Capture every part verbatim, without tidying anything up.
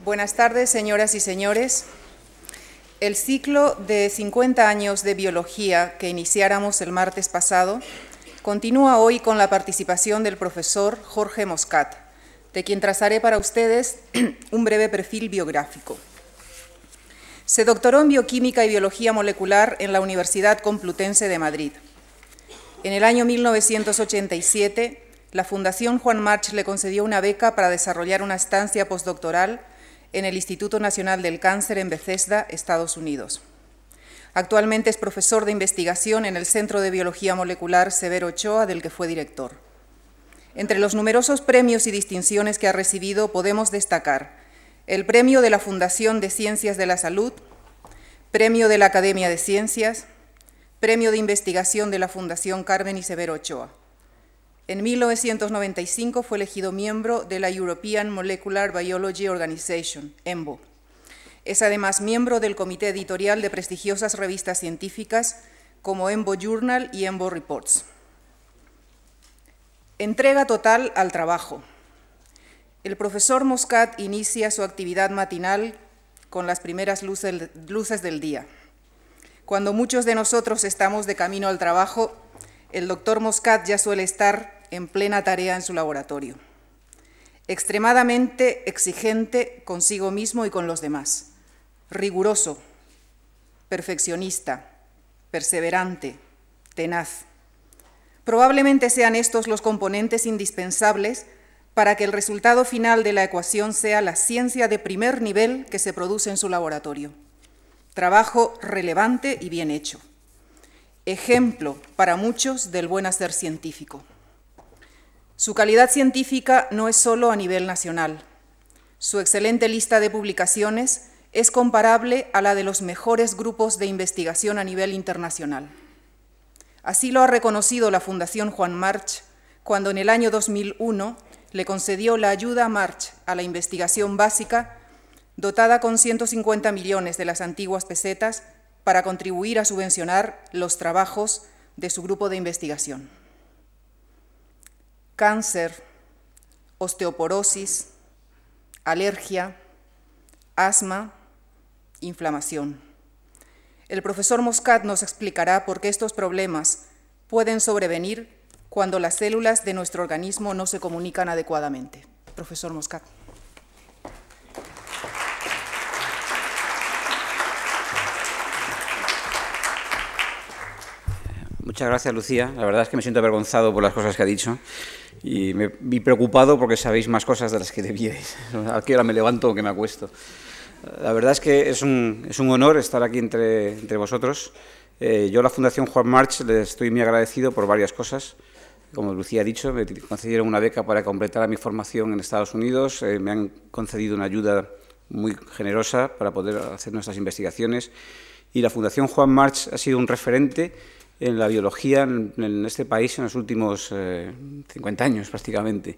Buenas tardes, señoras y señores. El ciclo de cincuenta años de biología que iniciáramos el martes pasado continúa hoy con la participación del profesor Jorge Moscat, de quien trazaré para ustedes un breve perfil biográfico. Se doctoró en Bioquímica y Biología Molecular en la Universidad Complutense de Madrid. En el año mil novecientos ochenta y siete, la Fundación Juan March le concedió una beca para desarrollar una estancia postdoctoral en el Instituto Nacional del Cáncer en Bethesda, Estados Unidos. Actualmente es profesor de investigación en el Centro de Biología Molecular Severo Ochoa, del que fue director. Entre los numerosos premios y distinciones que ha recibido podemos destacar el Premio de la Fundación de Ciencias de la Salud, Premio de la Academia de Ciencias, Premio de Investigación de la Fundación Carmen y Severo Ochoa. En mil novecientos noventa y cinco fue elegido miembro de la European Molecular Biology Organization, EMBO. Es además miembro del comité editorial de prestigiosas revistas científicas como EMBO Journal y EMBO Reports. Entrega total al trabajo. El profesor Moscat inicia su actividad matinal con las primeras luces del día. Cuando muchos de nosotros estamos de camino al trabajo, el doctor Moscat ya suele estar en plena tarea en su laboratorio. Extremadamente exigente consigo mismo y con los demás. Riguroso, perfeccionista, perseverante, tenaz. Probablemente sean estos los componentes indispensables para que el resultado final de la ecuación sea la ciencia de primer nivel que se produce en su laboratorio. Trabajo relevante y bien hecho. Ejemplo para muchos del buen hacer científico. Su calidad científica no es solo a nivel nacional. Su excelente lista de publicaciones es comparable a la de los mejores grupos de investigación a nivel internacional. Así lo ha reconocido la Fundación Juan March cuando en el año dos mil uno le concedió la ayuda March a la investigación básica, dotada con ciento cincuenta millones de las antiguas pesetas para contribuir a subvencionar los trabajos de su grupo de investigación. Cáncer, osteoporosis, alergia, asma, inflamación. El profesor Moscat nos explicará por qué estos problemas pueden sobrevenir cuando las células de nuestro organismo no se comunican adecuadamente. Profesor Moscat. Muchas gracias, Lucía. La verdad es que me siento avergonzado por las cosas que ha dicho y me vi preocupado porque sabéis más cosas de las que debíais. ¿A qué hora me levanto o que me acuesto? La verdad es que es un, es un honor estar aquí entre, entre vosotros. Eh, yo a la Fundación Juan March les estoy muy agradecido por varias cosas. Como Lucía ha dicho, me concedieron una beca para completar mi formación en Estados Unidos, eh, me han concedido una ayuda muy generosa para poder hacer nuestras investigaciones y la Fundación Juan March ha sido un referente en la biología en, en este país en los últimos eh, cincuenta años prácticamente.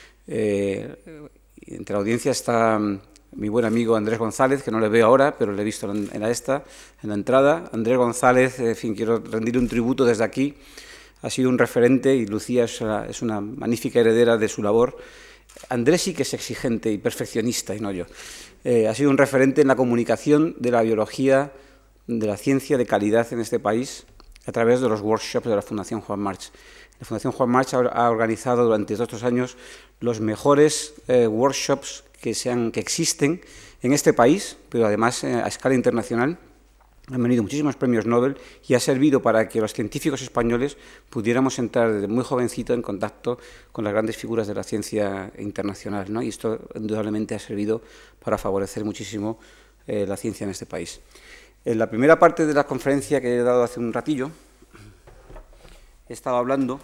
Eh, entre la audiencia está mi buen amigo Andrés González, que no le veo ahora, pero le he visto en, en la, esta, en la entrada. Andrés González, en fin, quiero rendirle un tributo desde aquí. Ha sido un referente y Lucía es una, es una magnífica heredera de su labor. Andrés sí que es exigente y perfeccionista, y no yo. Eh, ha sido un referente en la comunicación de la biología, de la ciencia de calidad en este país, a través de los workshops de la Fundación Juan March. La Fundación Juan March ha organizado durante todos estos años los mejores eh, workshops que, sean, que existen en este país, pero además eh, a escala internacional. Han venido muchísimos premios Nobel y ha servido para que los científicos españoles pudiéramos entrar desde muy jovencito en contacto con las grandes figuras de la ciencia internacional, ¿no? Y esto indudablemente ha servido para favorecer muchísimo eh, la ciencia en este país. En la primera parte de la conferencia que he dado hace un ratillo, he estado hablando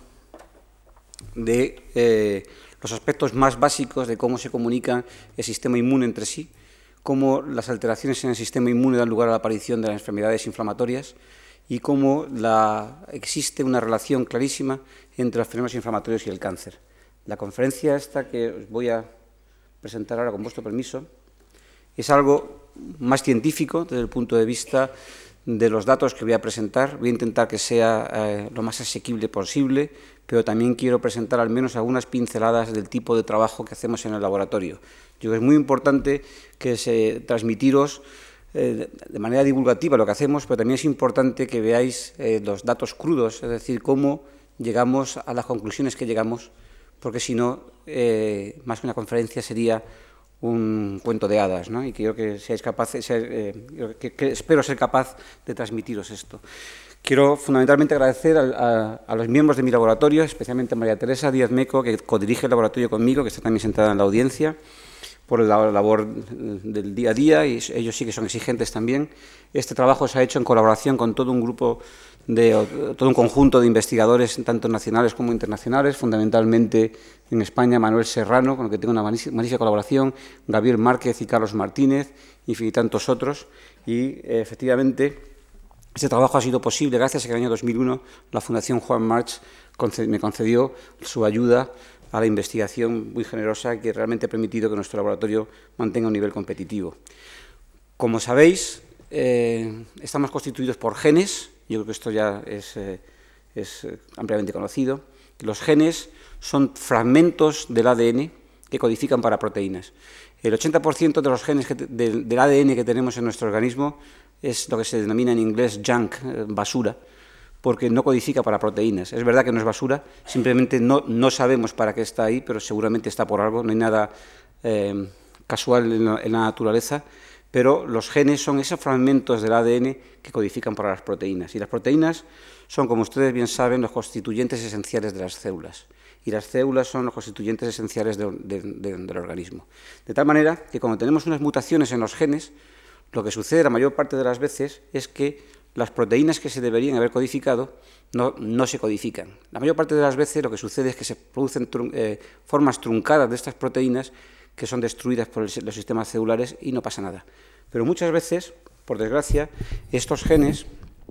de eh, los aspectos más básicos de cómo se comunica el sistema inmune entre sí, cómo las alteraciones en el sistema inmune dan lugar a la aparición de las enfermedades inflamatorias y cómo la, existe una relación clarísima entre los fenómenos inflamatorios y el cáncer. La conferencia esta que os voy a presentar ahora con vuestro permiso es algo más científico desde el punto de vista de los datos que voy a presentar. Voy a intentar que sea eh, lo más asequible posible, pero también quiero presentar al menos algunas pinceladas del tipo de trabajo que hacemos en el laboratorio. Yo creo que es muy importante que se transmitiros eh, de manera divulgativa lo que hacemos, pero también es importante que veáis eh, los datos crudos, es decir, cómo llegamos a las conclusiones que llegamos, porque si no, eh, más que una conferencia sería un cuento de hadas, ¿no? Y quiero que seáis capaces, ser, eh, que, que espero ser capaz de transmitiros esto. Quiero fundamentalmente agradecer a, a, a los miembros de mi laboratorio, especialmente a María Teresa Díaz Meco, que codirige el laboratorio conmigo, que está también sentada en la audiencia, por la labor del día a día, y ellos sí que son exigentes también. Este trabajo se ha hecho en colaboración con todo un grupo, de todo un conjunto de investigadores, tanto nacionales como internacionales, fundamentalmente en España, Manuel Serrano, con el que tengo una magnífica colaboración, Gabriel Márquez y Carlos Martínez, y tantos otros, y eh, efectivamente este trabajo ha sido posible gracias a que en el año dos mil uno la Fundación Juan March me concedió su ayuda a la investigación muy generosa, que realmente ha permitido que nuestro laboratorio mantenga un nivel competitivo. Como sabéis, eh, estamos constituidos por genes. Yo creo que esto ya es, eh, es ampliamente conocido. Los genes son fragmentos del A D N que codifican para proteínas. El ochenta por ciento de los genes que, de, del A D N que tenemos en nuestro organismo es lo que se denomina en inglés junk, eh, basura, porque no codifica para proteínas. Es verdad que no es basura, simplemente no, no sabemos para qué está ahí, pero seguramente está por algo, no hay nada eh, casual en la, en la naturaleza, pero los genes son esos fragmentos del A D N que codifican para las proteínas. Y las proteínas son, como ustedes bien saben, los constituyentes esenciales de las células. Y las células son los constituyentes esenciales de, de, de, del organismo. De tal manera que cuando tenemos unas mutaciones en los genes, lo que sucede la mayor parte de las veces es que las proteínas que se deberían haber codificado no, no se codifican. La mayor parte de las veces lo que sucede es que se producen trun, eh, formas truncadas de estas proteínas que son destruidas por el, los sistemas celulares y no pasa nada. Pero muchas veces, por desgracia, estos genes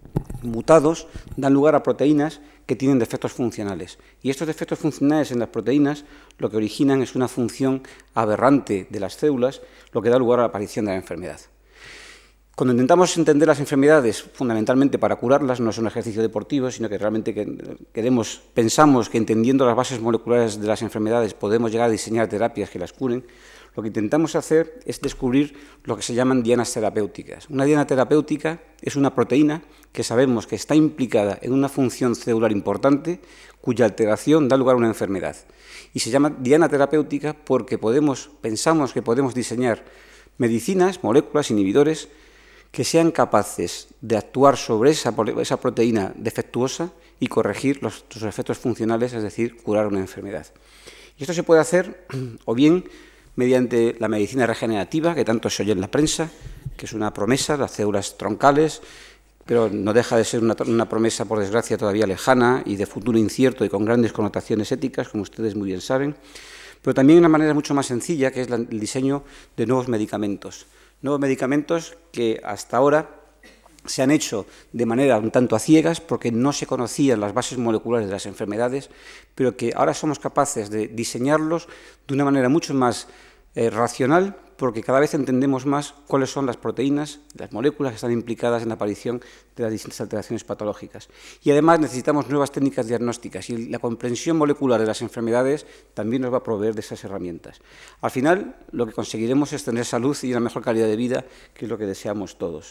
mutados dan lugar a proteínas que tienen defectos funcionales. Y estos defectos funcionales en las proteínas lo que originan es una función aberrante de las células, lo que da lugar a la aparición de la enfermedad. Cuando intentamos entender las enfermedades, fundamentalmente para curarlas, no es un ejercicio deportivo, sino que realmente queremos, pensamos que entendiendo las bases moleculares de las enfermedades podemos llegar a diseñar terapias que las curen, lo que intentamos hacer es descubrir lo que se llaman dianas terapéuticas. Una diana terapéutica es una proteína que sabemos que está implicada en una función celular importante, cuya alteración da lugar a una enfermedad. Y se llama diana terapéutica porque podemos, pensamos que podemos diseñar medicinas, moléculas, inhibidores, que sean capaces de actuar sobre esa, esa proteína defectuosa y corregir los, sus efectos funcionales, es decir, curar una enfermedad. Y esto se puede hacer o bien mediante la medicina regenerativa, que tanto se oye en la prensa, que es una promesa, las células troncales, pero no deja de ser una, una promesa, por desgracia, todavía lejana y de futuro incierto y con grandes connotaciones éticas, como ustedes muy bien saben, pero también una manera mucho más sencilla, que es la, el diseño de nuevos medicamentos. Nuevos medicamentos que hasta ahora se han hecho de manera un tanto a ciegas porque no se conocían las bases moleculares de las enfermedades, pero que ahora somos capaces de diseñarlos de una manera mucho más eh, racional, porque cada vez entendemos más cuáles son las proteínas, las moléculas que están implicadas en la aparición de las distintas alteraciones patológicas. Y además necesitamos nuevas técnicas diagnósticas y la comprensión molecular de las enfermedades también nos va a proveer de esas herramientas. Al final, lo que conseguiremos es tener salud y una mejor calidad de vida, que es lo que deseamos todos.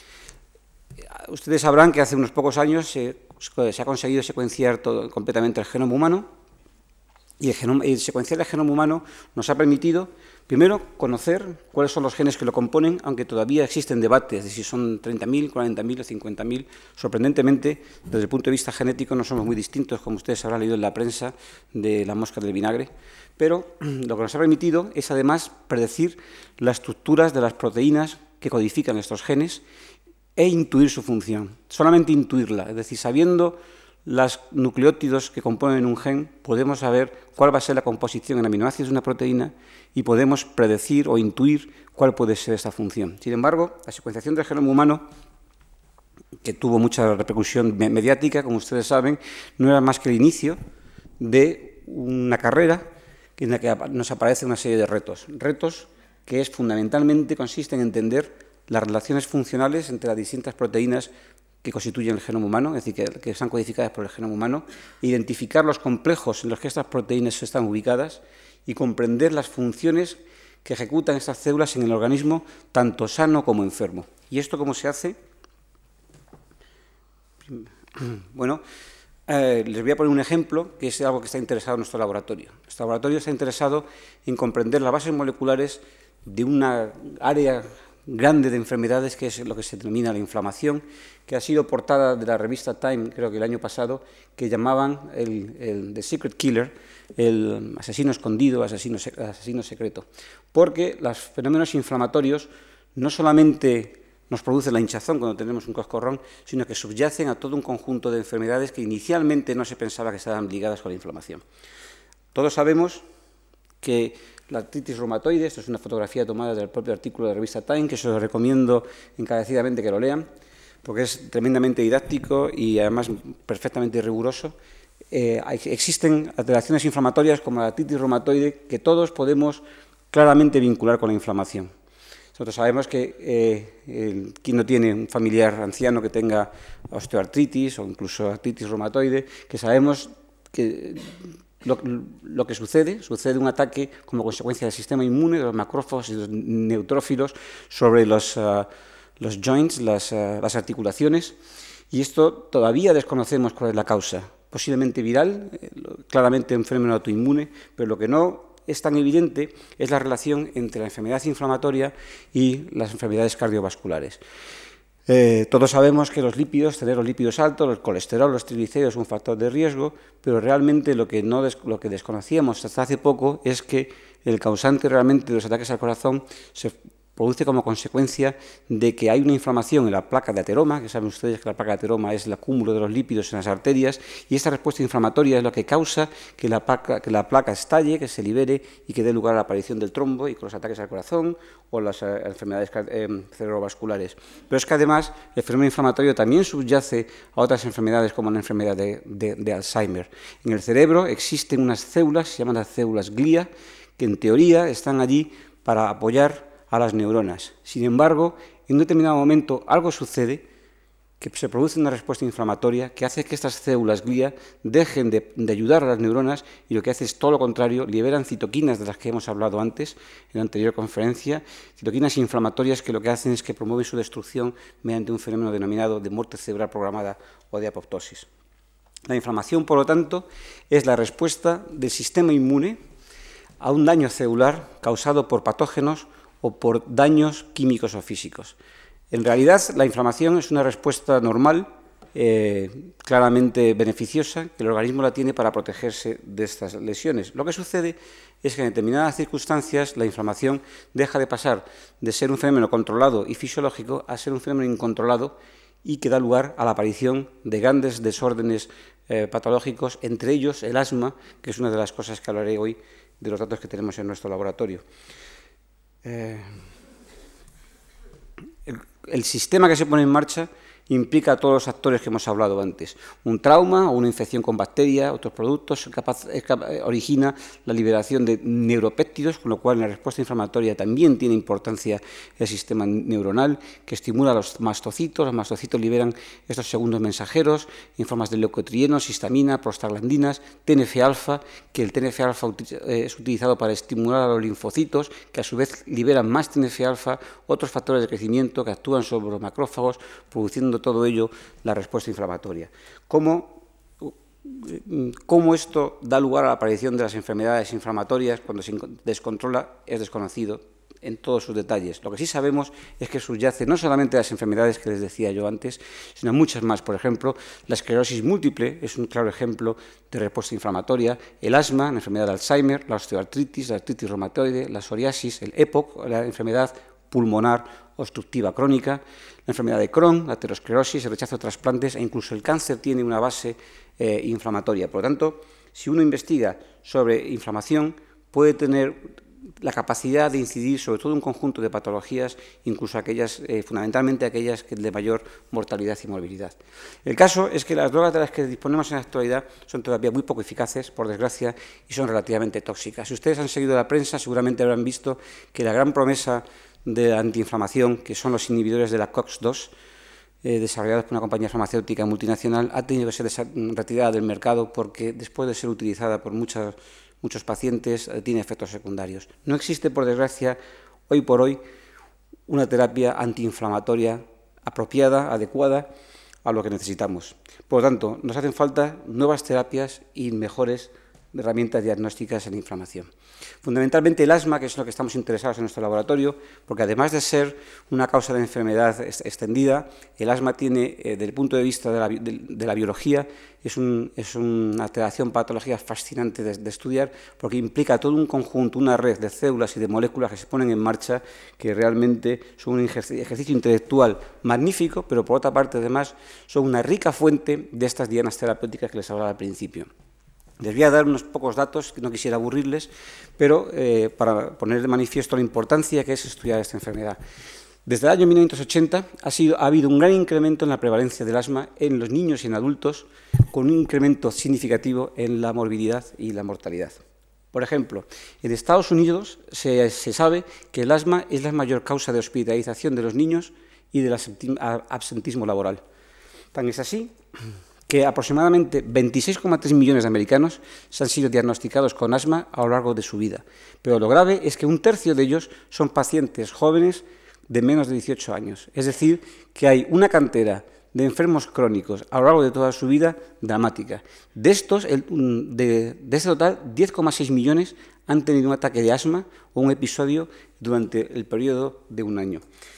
Ustedes sabrán que hace unos pocos años se, se ha conseguido secuenciar todo, completamente el genoma humano, y el, genoma, el secuenciar el genoma humano nos ha permitido, primero, conocer cuáles son los genes que lo componen, aunque todavía existen debates de si son treinta mil, cuarenta mil o cincuenta mil. Sorprendentemente, desde el punto de vista genético no somos muy distintos, como ustedes habrán leído en la prensa, de la mosca del vinagre, pero lo que nos ha permitido es además predecir las estructuras de las proteínas que codifican estos genes e intuir su función, solamente intuirla, es decir, sabiendo los nucleótidos que componen un gen, podemos saber cuál va a ser la composición en aminoácidos de una proteína y podemos predecir o intuir cuál puede ser esta función. Sin embargo, la secuenciación del genoma humano, que tuvo mucha repercusión mediática, como ustedes saben, no era más que el inicio de una carrera en la que nos aparece una serie de retos. Retos que es, fundamentalmente consisten en entender las relaciones funcionales entre las distintas proteínas que constituyen el genoma humano, es decir, que, que están codificadas por el genoma humano, identificar los complejos en los que estas proteínas están ubicadas y comprender las funciones que ejecutan estas células en el organismo, tanto sano como enfermo. ¿Y esto cómo se hace? Bueno, eh, les voy a poner un ejemplo que es algo que está interesado en nuestro laboratorio. Nuestro laboratorio está interesado en comprender las bases moleculares de una área grande de enfermedades, que es lo que se denomina la inflamación, que ha sido portada de la revista Time, creo que el año pasado, que llamaban el, el The Secret Killer, el asesino escondido, asesino, asesino secreto, porque los fenómenos inflamatorios no solamente nos producen la hinchazón cuando tenemos un coscorrón, sino que subyacen a todo un conjunto de enfermedades que inicialmente no se pensaba que estaban ligadas con la inflamación. Todos sabemos que la artritis reumatoide, esto es una fotografía tomada del propio artículo de la revista Time, que se lo recomiendo encarecidamente que lo lean, porque es tremendamente didáctico y además perfectamente riguroso. Eh, existen alteraciones inflamatorias como la artritis reumatoide que todos podemos claramente vincular con la inflamación. Nosotros sabemos que eh, el, quien no tiene un familiar anciano que tenga osteoartritis o incluso artritis reumatoide, que sabemos que Lo, lo que sucede, sucede un ataque como consecuencia del sistema inmune, de los macrófagos y los neutrófilos sobre los, uh, los joints, las, uh, las articulaciones, y esto todavía desconocemos cuál es la causa, posiblemente viral, eh, claramente un fenómeno autoinmune, pero lo que no es tan evidente es la relación entre la enfermedad inflamatoria y las enfermedades cardiovasculares. Eh, todos sabemos que los lípidos, tener los lípidos altos, el colesterol, los triglicéridos es un factor de riesgo, pero realmente lo que, no des, lo que desconocíamos hasta hace poco es que el causante realmente de los ataques al corazón se produce como consecuencia de que hay una inflamación en la placa de ateroma, que saben ustedes que la placa de ateroma es el acúmulo de los lípidos en las arterias, y esta respuesta inflamatoria es lo que causa que la placa, que la placa estalle, que se libere y que dé lugar a la aparición del trombo y con los ataques al corazón o las eh, enfermedades eh, cerebrovasculares. Pero es que además el fenómeno inflamatorio también subyace a otras enfermedades como la enfermedad de, de, de Alzheimer. En el cerebro existen unas células, se llaman las células glía, que en teoría están allí para apoyar a las neuronas. Sin embargo, en un determinado momento algo sucede, que se produce una respuesta inflamatoria que hace que estas células glía dejen de, de ayudar a las neuronas y lo que hace es todo lo contrario, liberan citoquinas de las que hemos hablado antes en la anterior conferencia, citoquinas inflamatorias que lo que hacen es que promueven su destrucción mediante un fenómeno denominado de muerte cerebral programada o de apoptosis. La inflamación, por lo tanto, es la respuesta del sistema inmune a un daño celular causado por patógenos o por daños químicos o físicos. En realidad, la inflamación es una respuesta normal, eh, claramente beneficiosa, que el organismo la tiene para protegerse de estas lesiones. Lo que sucede es que en determinadas circunstancias la inflamación deja de pasar de ser un fenómeno controlado y fisiológico a ser un fenómeno incontrolado y que da lugar a la aparición de grandes desórdenes eh, patológicos, entre ellos el asma, que es una de las cosas que hablaré hoy de los datos que tenemos en nuestro laboratorio. Eh, el, el sistema que se pone en marcha implica a todos los actores que hemos hablado antes. Un trauma o una infección con bacteria, otros productos, capaz, origina la liberación de neuropéptidos, con lo cual en la respuesta inflamatoria también tiene importancia el sistema neuronal, que estimula a los mastocitos. Los mastocitos liberan estos segundos mensajeros en formas de leucotrienos, histamina, prostaglandinas, T N F alfa, que el T N F alfa es utilizado para estimular a los linfocitos, que a su vez liberan más T N F alfa, otros factores de crecimiento que actúan sobre los macrófagos, produciendo todo ello la respuesta inflamatoria. ¿Cómo, cómo esto da lugar a la aparición de las enfermedades inflamatorias cuando se descontrola es desconocido en todos sus detalles. Lo que sí sabemos es que subyace no solamente las enfermedades que les decía yo antes, sino muchas más. Por ejemplo, la esclerosis múltiple es un claro ejemplo de respuesta inflamatoria, el asma, la enfermedad de Alzheimer, la osteoartritis, la artritis reumatoide, la psoriasis, el EPOC, la enfermedad pulmonar obstructiva crónica, la enfermedad de Crohn, la aterosclerosis, el rechazo a trasplantes e incluso el cáncer tiene una base eh, inflamatoria. Por lo tanto, si uno investiga sobre inflamación, puede tener la capacidad de incidir sobre todo un conjunto de patologías, incluso aquellas, eh, fundamentalmente aquellas de mayor mortalidad y morbilidad. El caso es que las drogas de las que disponemos en la actualidad son todavía muy poco eficaces, por desgracia, y son relativamente tóxicas. Si ustedes han seguido la prensa, seguramente habrán visto que la gran promesa de antiinflamación, que son los inhibidores de la COX dos, eh, desarrollados por una compañía farmacéutica multinacional, ha tenido que ser retirada del mercado porque después de ser utilizada por muchas, muchos pacientes eh, tiene efectos secundarios. No existe, por desgracia, hoy por hoy, una terapia antiinflamatoria apropiada, adecuada a lo que necesitamos. Por lo tanto, nos hacen falta nuevas terapias y mejores herramientas diagnósticas en inflamación. Fundamentalmente el asma, que es lo que estamos interesados en nuestro laboratorio, porque además de ser una causa de enfermedad extendida, el asma tiene, eh, desde el punto de vista de la, de, de la biología, es, un, es una alteración patológica fascinante de, de estudiar, porque implica todo un conjunto, una red de células y de moléculas que se ponen en marcha, que realmente son un ejercicio, ejercicio intelectual magnífico, pero por otra parte, además, son una rica fuente de estas dianas terapéuticas que les hablaba al principio. Les voy a dar unos pocos datos, que no quisiera aburrirles, pero eh, para poner de manifiesto la importancia que es estudiar esta enfermedad. Desde el año mil novecientos ochenta ha, sido, ha habido un gran incremento en la prevalencia del asma en los niños y en adultos, con un incremento significativo en la morbilidad y la mortalidad. Por ejemplo, en Estados Unidos se, se sabe que el asma es la mayor causa de hospitalización de los niños y del absentismo laboral. Tan es así que aproximadamente veintiséis coma tres millones de americanos se han sido diagnosticados con asma a lo largo de su vida. Pero lo grave es que un tercio de ellos son pacientes jóvenes de menos de dieciocho años. Es decir, que hay una cantera de enfermos crónicos a lo largo de toda su vida dramática. De estos, el, de, de este total, diez coma seis millones han tenido un ataque de asma o un episodio durante el periodo de un año.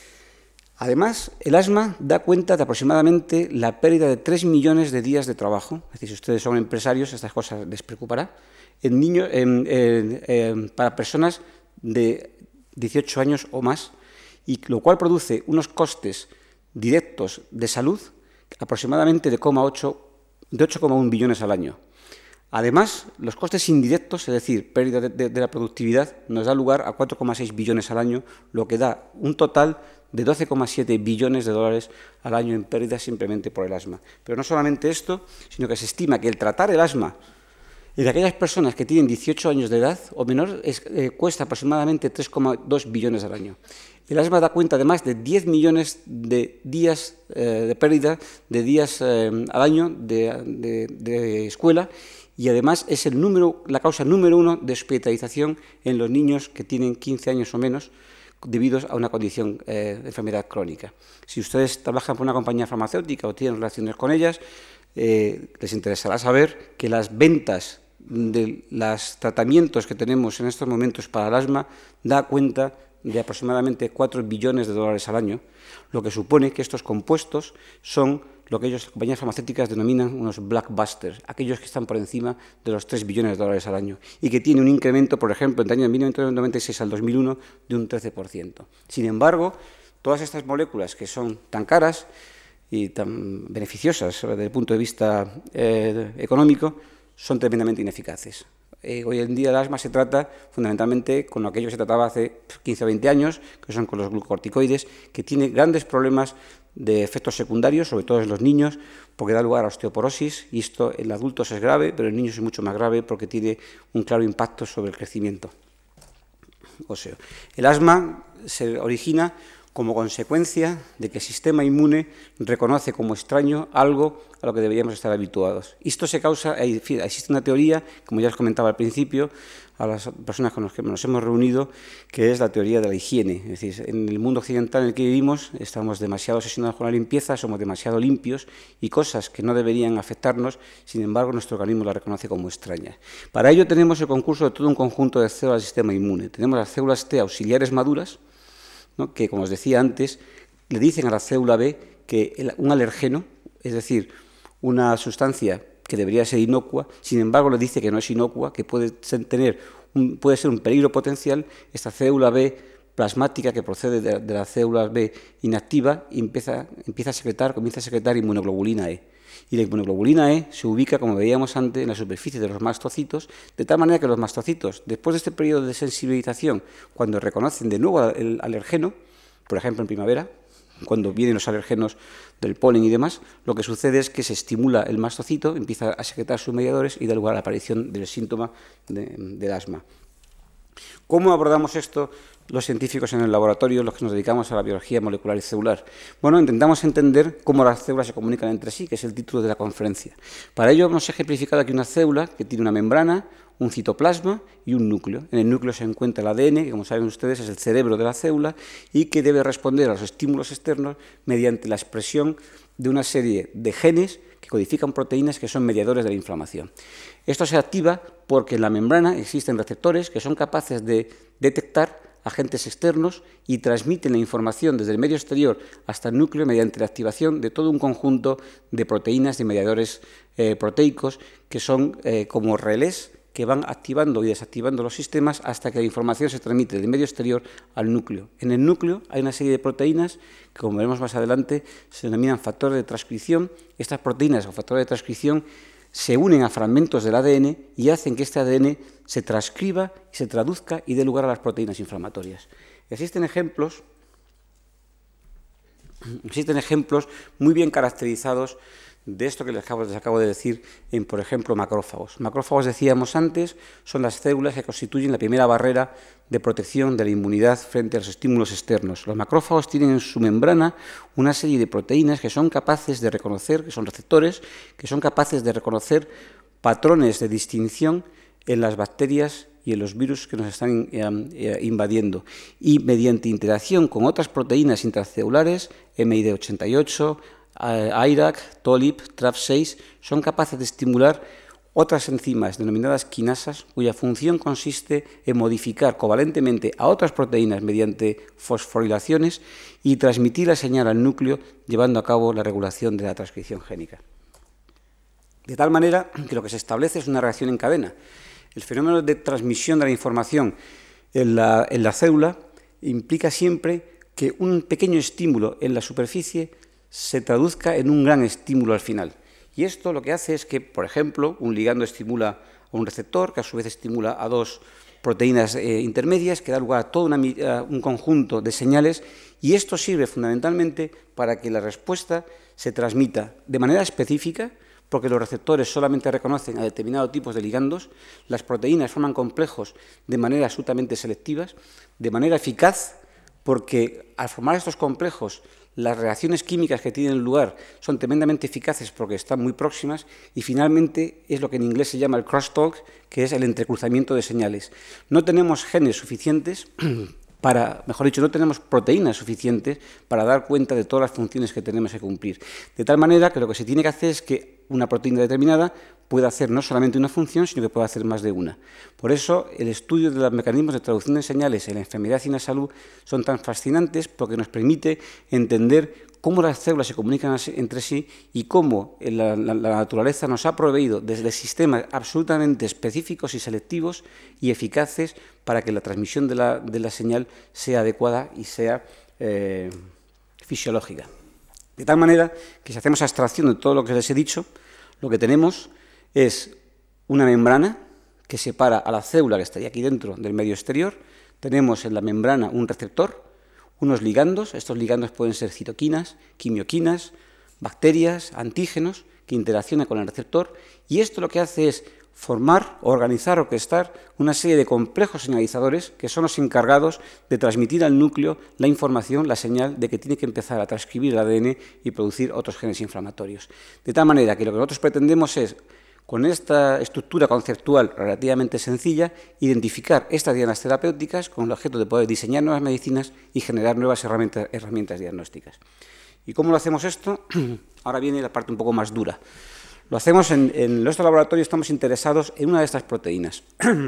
Además, el asma da cuenta de aproximadamente la pérdida de tres millones de días de trabajo. Es decir, si ustedes son empresarios, estas cosas les preocupará. En niños, en, en, en, para personas de dieciocho años o más, y lo cual produce unos costes directos de salud aproximadamente de, de ocho coma uno billones al año. Además, los costes indirectos, es decir, pérdida de, de, de la productividad, nos da lugar a cuatro coma seis billones al año, lo que da un total de doce coma siete billones de dólares al año en pérdidas simplemente por el asma. Pero no solamente esto, sino que se estima que el tratar el asma en aquellas personas que tienen dieciocho años de edad o menor es, eh, cuesta aproximadamente tres coma dos billones al año. El asma da cuenta además de diez millones de días eh, de pérdida de días eh, al año de, de, de escuela, y además es el número, la causa número uno de hospitalización en los niños que tienen quince años o menos, debido a una condición eh, de enfermedad crónica. Si ustedes trabajan por una compañía farmacéutica o tienen relaciones con ellas, eh, les interesará saber que las ventas de los tratamientos que tenemos en estos momentos para el asma da cuenta de aproximadamente cuatro billones de dólares al año, lo que supone que estos compuestos son lo que ellos, las compañías farmacéuticas, denominan unos blockbusters, aquellos que están por encima de los tres billones de dólares al año, y que tiene un incremento, por ejemplo, entre el año mil novecientos noventa y seis al dos mil uno, de un trece por ciento. Sin embargo, todas estas moléculas que son tan caras y tan beneficiosas desde el punto de vista eh, económico, son tremendamente ineficaces. Eh, hoy en día el asma se trata fundamentalmente con aquello que se trataba hace quince o veinte años, que son con los glucocorticoides, que tiene grandes problemas de efectos secundarios, sobre todo en los niños, porque da lugar a osteoporosis, y esto en adultos es grave, pero en niños es mucho más grave porque tiene un claro impacto sobre el crecimiento óseo. El asma se origina como consecuencia de que el sistema inmune reconoce como extraño algo a lo que deberíamos estar habituados. Esto se causa, existe una teoría, como ya les comentaba al principio, a las personas con las que nos hemos reunido, que es la teoría de la higiene. Es decir, en el mundo occidental en el que vivimos estamos demasiado obsesionados con la limpieza, somos demasiado limpios, y cosas que no deberían afectarnos, sin embargo, nuestro organismo las reconoce como extrañas. Para ello tenemos el concurso de todo un conjunto de células del sistema inmune. Tenemos las células T auxiliares maduras, ¿no?, que, como os decía antes, le dicen a la célula B que el, un alergeno, es decir, una sustancia que debería ser inocua, sin embargo le dice que no es inocua, que puede ser, tener un, puede ser un peligro potencial. Esta célula B plasmática, que procede de, de la célula B inactiva, y empieza, empieza a secretar, comienza a secretar inmunoglobulina E. Y la inmunoglobulina E se ubica, como veíamos antes, en la superficie de los mastocitos, de tal manera que los mastocitos, después de este periodo de sensibilización, cuando reconocen de nuevo el alergeno, por ejemplo en primavera, cuando vienen los alergenos del polen y demás, lo que sucede es que se estimula el mastocito, empieza a secretar sus mediadores y da lugar a la aparición del síntoma de, del asma. ¿Cómo abordamos esto los científicos en el laboratorio, los que nos dedicamos a la biología molecular y celular? Bueno, intentamos entender cómo las células se comunican entre sí, que es el título de la conferencia. Para ello hemos ejemplificado aquí una célula que tiene una membrana, un citoplasma y un núcleo. En el núcleo se encuentra el A D N, que como saben ustedes es el cerebro de la célula y que debe responder a los estímulos externos mediante la expresión de una serie de genes que codifican proteínas que son mediadores de la inflamación. Esto se activa porque en la membrana existen receptores que son capaces de detectar agentes externos y transmiten la información desde el medio exterior hasta el núcleo mediante la activación de todo un conjunto de proteínas, de mediadores eh, proteicos, que son eh, como relés que van activando y desactivando los sistemas hasta que la información se transmite del medio exterior al núcleo. En el núcleo hay una serie de proteínas que, como veremos más adelante, se denominan factores de transcripción. Estas proteínas o factores de transcripción se unen a fragmentos del A D N y hacen que este A D N se transcriba, se traduzca y dé lugar a las proteínas inflamatorias. Existen ejemplos, existen ejemplos muy bien caracterizados de esto que les acabo, les acabo de decir en, por ejemplo, macrófagos. Macrófagos, decíamos antes, son las células que constituyen la primera barrera de protección de la inmunidad frente a los estímulos externos. Los macrófagos tienen en su membrana una serie de proteínas que son capaces de reconocer, que son receptores, que son capaces de reconocer patrones de distinción en las bacterias y en los virus que nos están eh, invadiendo. Y mediante interacción con otras proteínas intracelulares, M I D ochenta y ocho, I R A C, T O L I P, T R A F seis, son capaces de estimular otras enzimas denominadas quinasas, cuya función consiste en modificar covalentemente a otras proteínas mediante fosforilaciones y transmitir la señal al núcleo, llevando a cabo la regulación de la transcripción génica. De tal manera que lo que se establece es una reacción en cadena. El fenómeno de transmisión de la información en la, en la célula implica siempre que un pequeño estímulo en la superficie se traduzca en un gran estímulo al final. Y esto lo que hace es que, por ejemplo, un ligando estimula a un receptor, que a su vez estimula a dos proteínas eh, intermedias, que da lugar a todo una, a un conjunto de señales, y esto sirve fundamentalmente para que la respuesta se transmita de manera específica, porque los receptores solamente reconocen a determinados tipos de ligandos, las proteínas forman complejos de manera absolutamente selectivas, de manera eficaz, porque al formar estos complejos, las reacciones químicas que tienen lugar son tremendamente eficaces porque están muy próximas y finalmente es lo que en inglés se llama el crosstalk, que es el entrecruzamiento de señales. No tenemos genes suficientes para, mejor dicho, no tenemos proteínas suficientes para dar cuenta de todas las funciones que tenemos que cumplir. De tal manera que lo que se tiene que hacer es que una proteína determinada puede hacer no solamente una función, sino que puede hacer más de una. Por eso, el estudio de los mecanismos de traducción de señales en la enfermedad y en la salud son tan fascinantes porque nos permite entender cómo las células se comunican entre sí y cómo la, la, la naturaleza nos ha proveído desde sistemas absolutamente específicos y selectivos y eficaces para que la transmisión de la, de la señal sea adecuada y sea eh, fisiológica. De tal manera que si hacemos abstracción de todo lo que les he dicho, lo que tenemos es una membrana que separa a la célula que estaría aquí dentro del medio exterior. Tenemos en la membrana un receptor, unos ligandos. Estos ligandos pueden ser citoquinas, quimioquinas, bacterias, antígenos, que interaccionan con el receptor. Y esto lo que hace es formar, organizar, orquestar una serie de complejos señalizadores que son los encargados de transmitir al núcleo la información, la señal de que tiene que empezar a transcribir el A D N y producir otros genes inflamatorios. De tal manera que lo que nosotros pretendemos es, con esta estructura conceptual relativamente sencilla, identificar estas dianas terapéuticas con el objeto de poder diseñar nuevas medicinas y generar nuevas herramientas, herramientas diagnósticas. ¿Y cómo lo hacemos esto? Ahora viene la parte un poco más dura. Lo hacemos en, en nuestro laboratorio, estamos interesados en una de estas proteínas.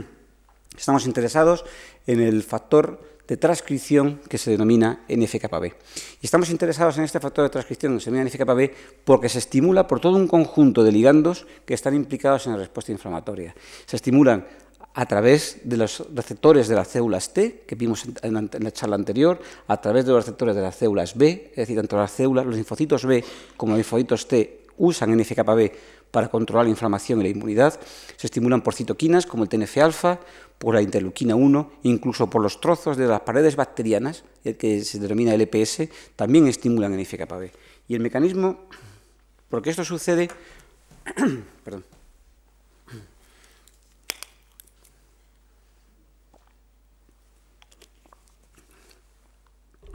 Estamos interesados en el factor de transcripción que se denomina N F K B. Y estamos interesados en este factor de transcripción que se denomina N F K B porque se estimula por todo un conjunto de ligandos que están implicados en la respuesta inflamatoria. Se estimulan a través de los receptores de las células T, que vimos en la, en la charla anterior, a través de los receptores de las células B, es decir, tanto las células, los linfocitos B como los linfocitos T usan N F K B para controlar la inflamación y la inmunidad. Se estimulan por citoquinas como el T N F alfa, por la interleuquina uno, incluso por los trozos de las paredes bacterianas, el que se denomina L P S, también estimulan N F K B. Y el mecanismo, porque esto sucede, perdón,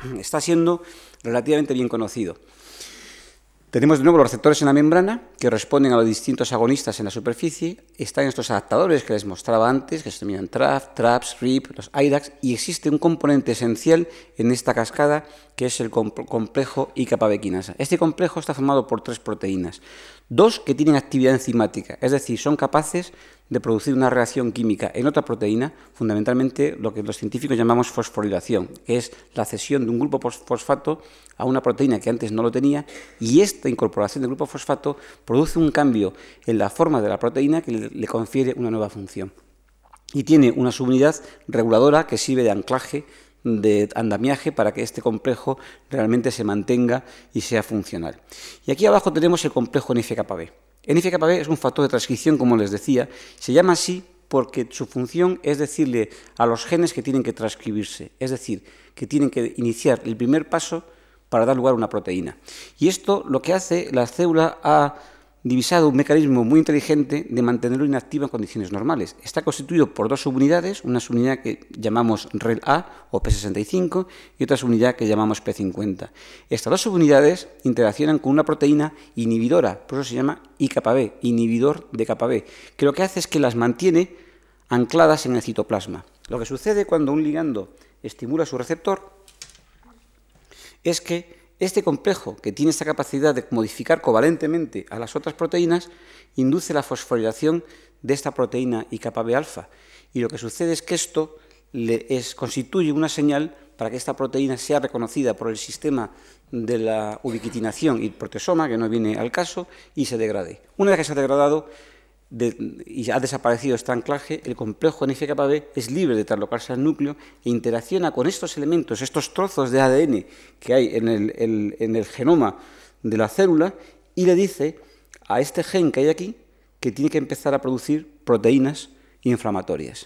está siendo relativamente bien conocido. Tenemos de nuevo los receptores en la membrana que responden a los distintos agonistas en la superficie. Están estos adaptadores que les mostraba antes, que se denominan T R A F, TRAPS, R I P, los I D A X, y existe un componente esencial en esta cascada que es el complejo I K B quinasa. Este complejo está formado por tres proteínas, dos que tienen actividad enzimática, es decir, son capaces de producir una reacción química en otra proteína, fundamentalmente lo que los científicos llamamos fosforilación, que es la cesión de un grupo fosfato a una proteína que antes no lo tenía, y esta incorporación del grupo fosfato produce un cambio en la forma de la proteína que le, le confiere una nueva función. Y tiene una subunidad reguladora que sirve de anclaje, de andamiaje, para que este complejo realmente se mantenga y sea funcional. Y aquí abajo tenemos el complejo N F K B. N F K B es un factor de transcripción, como les decía, se llama así porque su función es decirle a los genes que tienen que transcribirse, es decir, que tienen que iniciar el primer paso para dar lugar a una proteína. Y esto lo que hace, la célula ha divisado un mecanismo muy inteligente de mantenerlo inactivo en condiciones normales. Está constituido por dos subunidades, una subunidad que llamamos R E L A o P sesenta y cinco y otra subunidad que llamamos P cincuenta. Estas dos subunidades interaccionan con una proteína inhibidora, por eso se llama I K B, inhibidor de K B, que lo que hace es que las mantiene ancladas en el citoplasma. Lo que sucede cuando un ligando estimula su receptor es que este complejo, que tiene esta capacidad de modificar covalentemente a las otras proteínas, induce la fosforilación de esta proteína I K B alfa. Y lo que sucede es que esto le es, constituye una señal para que esta proteína sea reconocida por el sistema de la ubiquitinación y protesoma, que no viene al caso, y se degrade. Una vez que se ha degradado de, y ha desaparecido este anclaje, el complejo N F K B es libre de traslocarse al núcleo e interacciona con estos elementos, estos trozos de A D N que hay en el, el, en el genoma de la célula, y le dice a este gen que hay aquí que tiene que empezar a producir proteínas inflamatorias.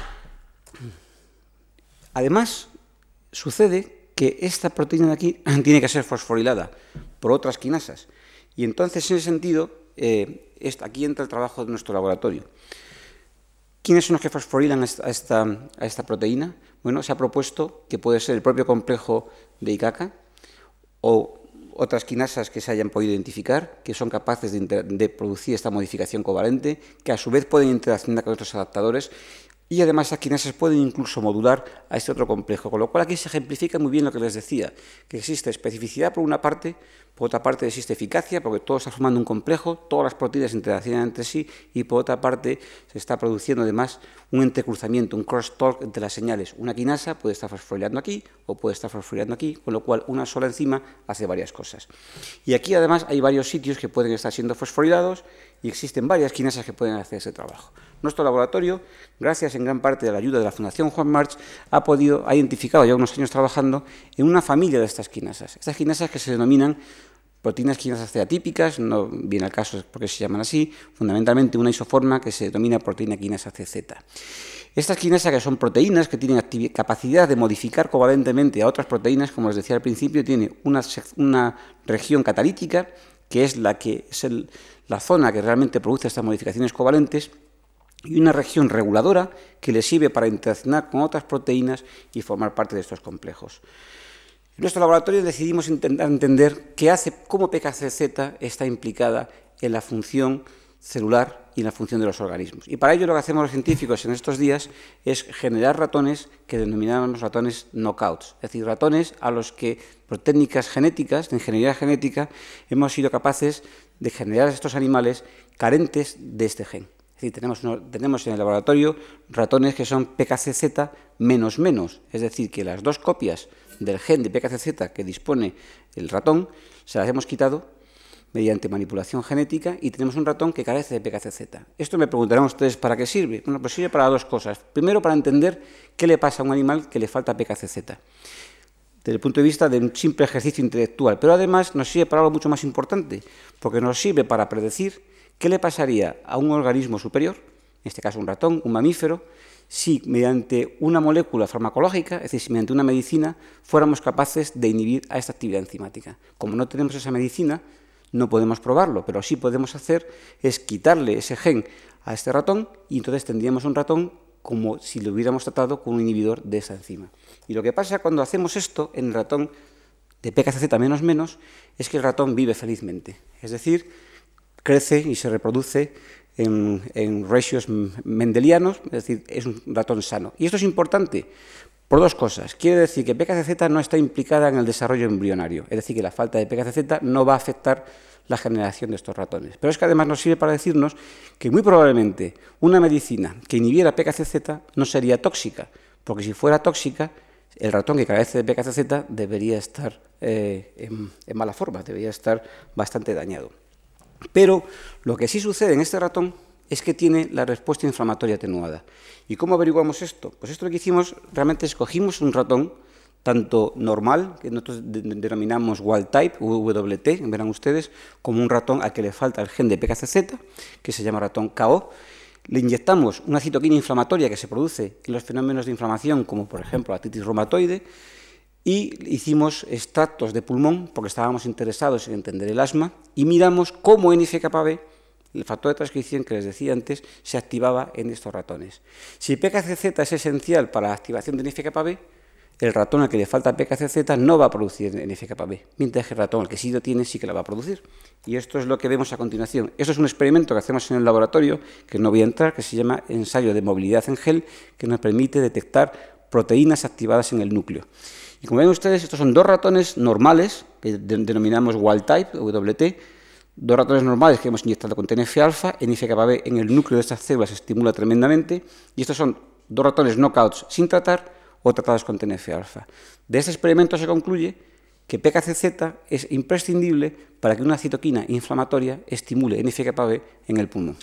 Además, sucede que esta proteína de aquí tiene que ser fosforilada por otras quinasas, y entonces, en ese sentido, eh, aquí entra el trabajo de nuestro laboratorio. ¿Quiénes son los que fosforilan a esta, a esta proteína? Bueno, se ha propuesto que puede ser el propio complejo de I K K o otras quinasas que se hayan podido identificar, que son capaces de, de producir esta modificación covalente, que a su vez pueden interaccionar con otros adaptadores, y además las quinasas pueden incluso modular a este otro complejo, con lo cual aquí se ejemplifica muy bien lo que les decía, que existe especificidad por una parte, por otra parte existe eficacia, porque todo está formando un complejo, todas las proteínas interaccionan entre sí, y por otra parte se está produciendo además un entrecruzamiento, un crosstalk entre las señales. Una quinasa puede estar fosforilando aquí o puede estar fosforilando aquí, con lo cual una sola enzima hace varias cosas. Y aquí además hay varios sitios que pueden estar siendo fosforilados y existen varias quinasas que pueden hacer ese trabajo. Nuestro laboratorio, gracias en gran parte a la ayuda de la Fundación Juan March, ha podido, ha identificado ya unos años trabajando en una familia de estas quinasas. Estas quinasas que se denominan proteínas quinasas C atípicas, no viene al caso porque se llaman así, fundamentalmente una isoforma que se denomina proteína quinasa C Z. Estas quinasas, que son proteínas que tienen capacidad de modificar covalentemente a otras proteínas, como les decía al principio, tiene una, una región catalítica, que es la que es el, la zona que realmente produce estas modificaciones covalentes, y una región reguladora que le sirve para interaccionar con otras proteínas y formar parte de estos complejos. En nuestro laboratorio decidimos intentar entender qué hace, cómo P K C Z está implicada en la función celular y en la función de los organismos. Y para ello lo que hacemos los científicos en estos días es generar ratones que denominamos ratones knockouts, es decir, ratones a los que, por técnicas genéticas, de ingeniería genética, hemos sido capaces de generar estos animales carentes de este gen. Es decir, tenemos, tenemos en el laboratorio ratones que son P K C Z menos menos, es decir, que las dos copias del gen de P K C Z que dispone el ratón se las hemos quitado mediante manipulación genética y tenemos un ratón que carece de P K C Z. Esto me preguntarán ustedes para qué sirve. Bueno, pues sirve para dos cosas. Primero, para entender qué le pasa a un animal que le falta P K C Z, desde el punto de vista de un simple ejercicio intelectual, pero además nos sirve para algo mucho más importante, porque nos sirve para predecir ¿qué le pasaría a un organismo superior, en este caso un ratón, un mamífero, si mediante una molécula farmacológica, es decir, si mediante una medicina, fuéramos capaces de inhibir a esta actividad enzimática? Como no tenemos esa medicina, no podemos probarlo, pero sí podemos hacer es quitarle ese gen a este ratón y entonces tendríamos un ratón como si lo hubiéramos tratado con un inhibidor de esa enzima. Y lo que pasa cuando hacemos esto en el ratón de P K C Z menos menos es que el ratón vive felizmente, es decir, crece y se reproduce en, en ratios mendelianos, es decir, es un ratón sano. Y esto es importante por dos cosas. Quiere decir que P K C Z no está implicada en el desarrollo embrionario, es decir, que la falta de P K C Z no va a afectar la generación de estos ratones. Pero es que además nos sirve para decirnos que muy probablemente una medicina que inhibiera P K C Z no sería tóxica, porque si fuera tóxica, el ratón que carece de P K C Z debería estar eh, en, en mala forma, debería estar bastante dañado. Pero lo que sí sucede en este ratón es que tiene la respuesta inflamatoria atenuada. ¿Y cómo averiguamos esto? Pues esto lo que hicimos, realmente escogimos un ratón tanto normal, que nosotros denominamos wild type, W T, verán ustedes, como un ratón al que le falta el gen de P K C Z, que se llama ratón K O. Le inyectamos una citoquina inflamatoria que se produce en los fenómenos de inflamación, como por ejemplo la artritis reumatoide, y hicimos extractos de pulmón, porque estábamos interesados en entender el asma, y miramos cómo N F kappa B, el factor de transcripción que les decía antes, se activaba en estos ratones. Si P K C Z es esencial para la activación de N F kappa B, el ratón al que le falta P K C Z no va a producir N F kappa B, mientras que el ratón al que sí lo tiene sí que la va a producir. Y esto es lo que vemos a continuación. Esto es un experimento que hacemos en el laboratorio, que no voy a entrar, que se llama ensayo de movilidad en gel, que nos permite detectar proteínas activadas en el núcleo. Y como ven ustedes, estos son dos ratones normales, que denominamos wild type, W T, dos ratones normales que hemos inyectado con T N F alfa, N F kappa B en el núcleo de estas células se estimula tremendamente, y estos son dos ratones knockouts sin tratar, o tratados con T N F alfa. De este experimento se concluye que P K C Z es imprescindible para que una citoquina inflamatoria estimule N F kappa B en el pulmón.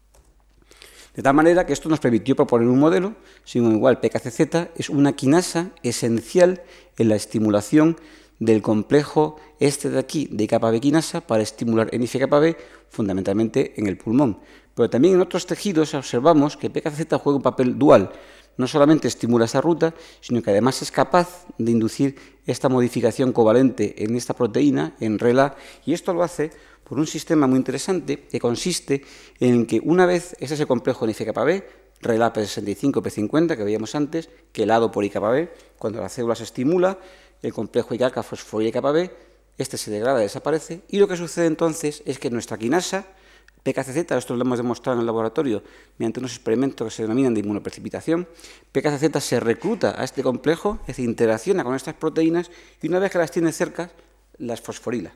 De tal manera que esto nos permitió proponer un modelo, sin igual P K C Z es una quinasa esencial en la estimulación del complejo este de aquí, de kappa B quinasa, para estimular N F kappa B fundamentalmente en el pulmón. Pero también en otros tejidos observamos que P K C Z juega un papel dual. No solamente estimula esa ruta, sino que además es capaz de inducir esta modificación covalente en esta proteína, en R E L A, y esto lo hace por un sistema muy interesante que consiste en que una vez es ese complejo N F kappa B, R E L A P sesenta y cinco P cincuenta que veíamos antes, quelado por I kappa B, cuando la célula se estimula, el complejo I K K fosforila I kappa B, este se degrada, desaparece, y lo que sucede entonces es que nuestra quinasa P K C Z, esto lo hemos demostrado en el laboratorio mediante unos experimentos que se denominan de inmunoprecipitación, P K C Z se recluta a este complejo, es decir, interacciona con estas proteínas y una vez que las tiene cerca, las fosforila.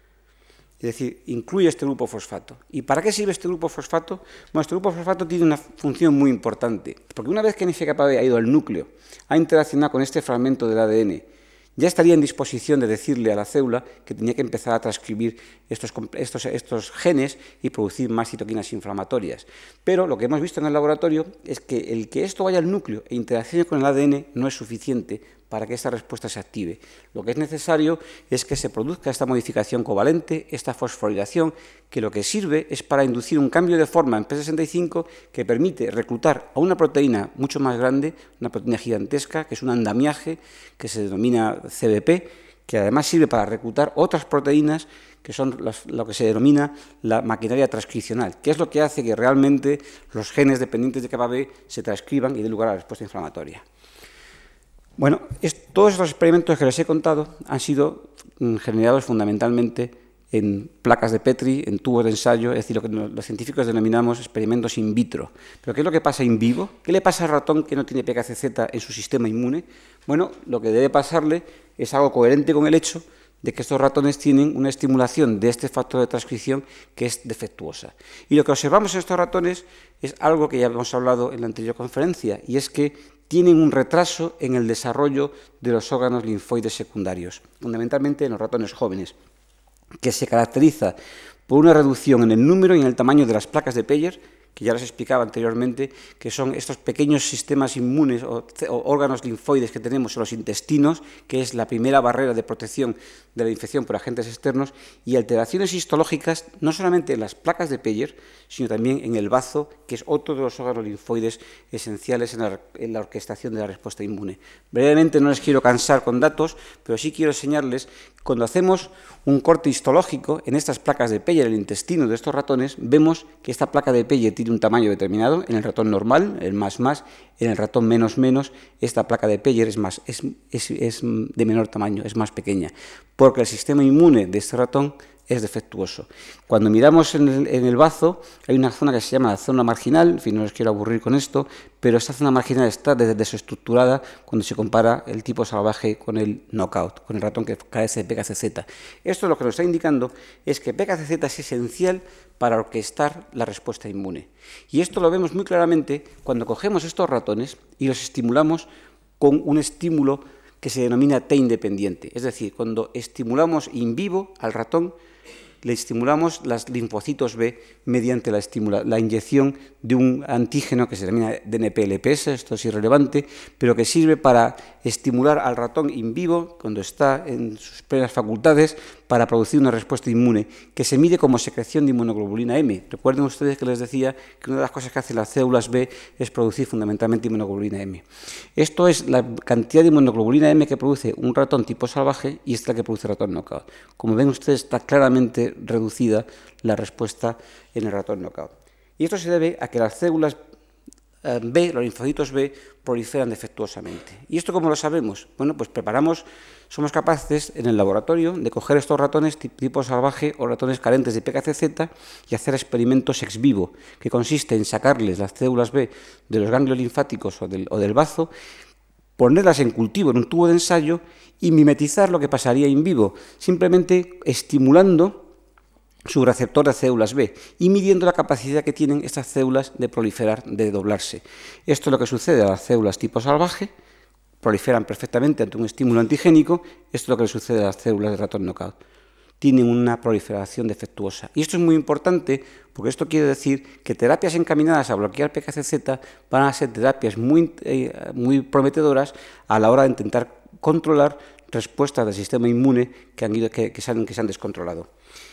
Es decir, incluye este grupo fosfato. ¿Y para qué sirve este grupo fosfato? Bueno, este grupo fosfato tiene una función muy importante, porque una vez que N F kappa B ha ido al núcleo, ha interaccionado con este fragmento del A D N, ya estaría en disposición de decirle a la célula que tenía que empezar a transcribir estos, estos, estos genes y producir más citoquinas inflamatorias. Pero lo que hemos visto en el laboratorio es que el que esto vaya al núcleo e interaccione con el A D N no es suficiente para que esta respuesta se active. Lo que es necesario es que se produzca esta modificación covalente, esta fosforilación, que lo que sirve es para inducir un cambio de forma en P sesenta y cinco que permite reclutar a una proteína mucho más grande, una proteína gigantesca, que es un andamiaje que se denomina C B P, que además sirve para reclutar otras proteínas que son los, lo que se denomina la maquinaria transcripcional, que es lo que hace que realmente los genes dependientes de kappa B se transcriban y den lugar a la respuesta inflamatoria. Bueno, es, todos estos experimentos que les he contado han sido mm, generados fundamentalmente en placas de Petri, en tubos de ensayo, es decir, lo que los científicos denominamos experimentos in vitro. ¿Pero qué es lo que pasa in vivo? ¿Qué le pasa al ratón que no tiene P K C Z en su sistema inmune? Bueno, lo que debe pasarle es algo coherente con el hecho de que estos ratones tienen una estimulación de este factor de transcripción que es defectuosa. Y lo que observamos en estos ratones es algo que ya hemos hablado en la anterior conferencia, y es que tienen un retraso en el desarrollo de los órganos linfoides secundarios, fundamentalmente en los ratones jóvenes, que se caracteriza por una reducción en el número y en el tamaño de las placas de Peyer, que ya les explicaba anteriormente, que son estos pequeños sistemas inmunes o, o órganos linfoides que tenemos en los intestinos, que es la primera barrera de protección de la infección por agentes externos, y alteraciones histológicas no solamente en las placas de Peyer, sino también en el bazo, que es otro de los órganos linfoides esenciales en la, en la orquestación de la respuesta inmune. Brevemente, no les quiero cansar con datos, pero sí quiero enseñarles, cuando hacemos un corte histológico en estas placas de Peyer, el intestino de estos ratones, vemos que esta placa de Peyer tiene tiene un tamaño determinado. En el ratón normal, el más más, en el ratón menos menos, esta placa de Peyer es, más, es, es, es de menor tamaño, es más pequeña, porque el sistema inmune de este ratón es defectuoso. Cuando miramos en el, en el bazo, hay una zona que se llama la zona marginal, en fin, no les quiero aburrir con esto, pero esta zona marginal está desestructurada cuando se compara el tipo salvaje con el knockout, con el ratón que carece de P K C Z. Esto lo que nos está indicando es que P K C Z es esencial para orquestar la respuesta inmune. Y esto lo vemos muy claramente cuando cogemos estos ratones y los estimulamos con un estímulo que se denomina T independiente, es decir, cuando estimulamos in vivo al ratón, le estimulamos los linfocitos B mediante la, estimula, la inyección de un antígeno que se denomina D N P L P S, esto es irrelevante, pero que sirve para estimular al ratón in vivo, cuando está en sus plenas facultades, para producir una respuesta inmune, que se mide como secreción de inmunoglobulina M. Recuerden ustedes que les decía que una de las cosas que hacen las células B es producir fundamentalmente inmunoglobulina M. Esto es la cantidad de inmunoglobulina M que produce un ratón tipo salvaje y esta que produce el ratón knockout. Como ven ustedes, está claramente reducida la respuesta en el ratón knockout. Y esto se debe a que las células B, los linfocitos B, proliferan defectuosamente. ¿Y esto cómo lo sabemos? Bueno, pues preparamos, somos capaces en el laboratorio de coger estos ratones tipo salvaje o ratones carentes de P K C Z y hacer experimentos ex vivo, que consiste en sacarles las células B de los ganglios linfáticos o del, o del bazo, ponerlas en cultivo en un tubo de ensayo y mimetizar lo que pasaría in vivo, simplemente estimulando su receptor de células B y midiendo la capacidad que tienen estas células de proliferar, de doblarse. Esto es lo que sucede a las células tipo salvaje, proliferan perfectamente ante un estímulo antigénico, esto es lo que le sucede a las células de ratón knockout. Tienen una proliferación defectuosa. Y esto es muy importante porque esto quiere decir que terapias encaminadas a bloquear P K C Z van a ser terapias muy, eh, muy prometedoras a la hora de intentar controlar respuestas del sistema inmune que, han ido, que, que, se han, que se han descontrolado.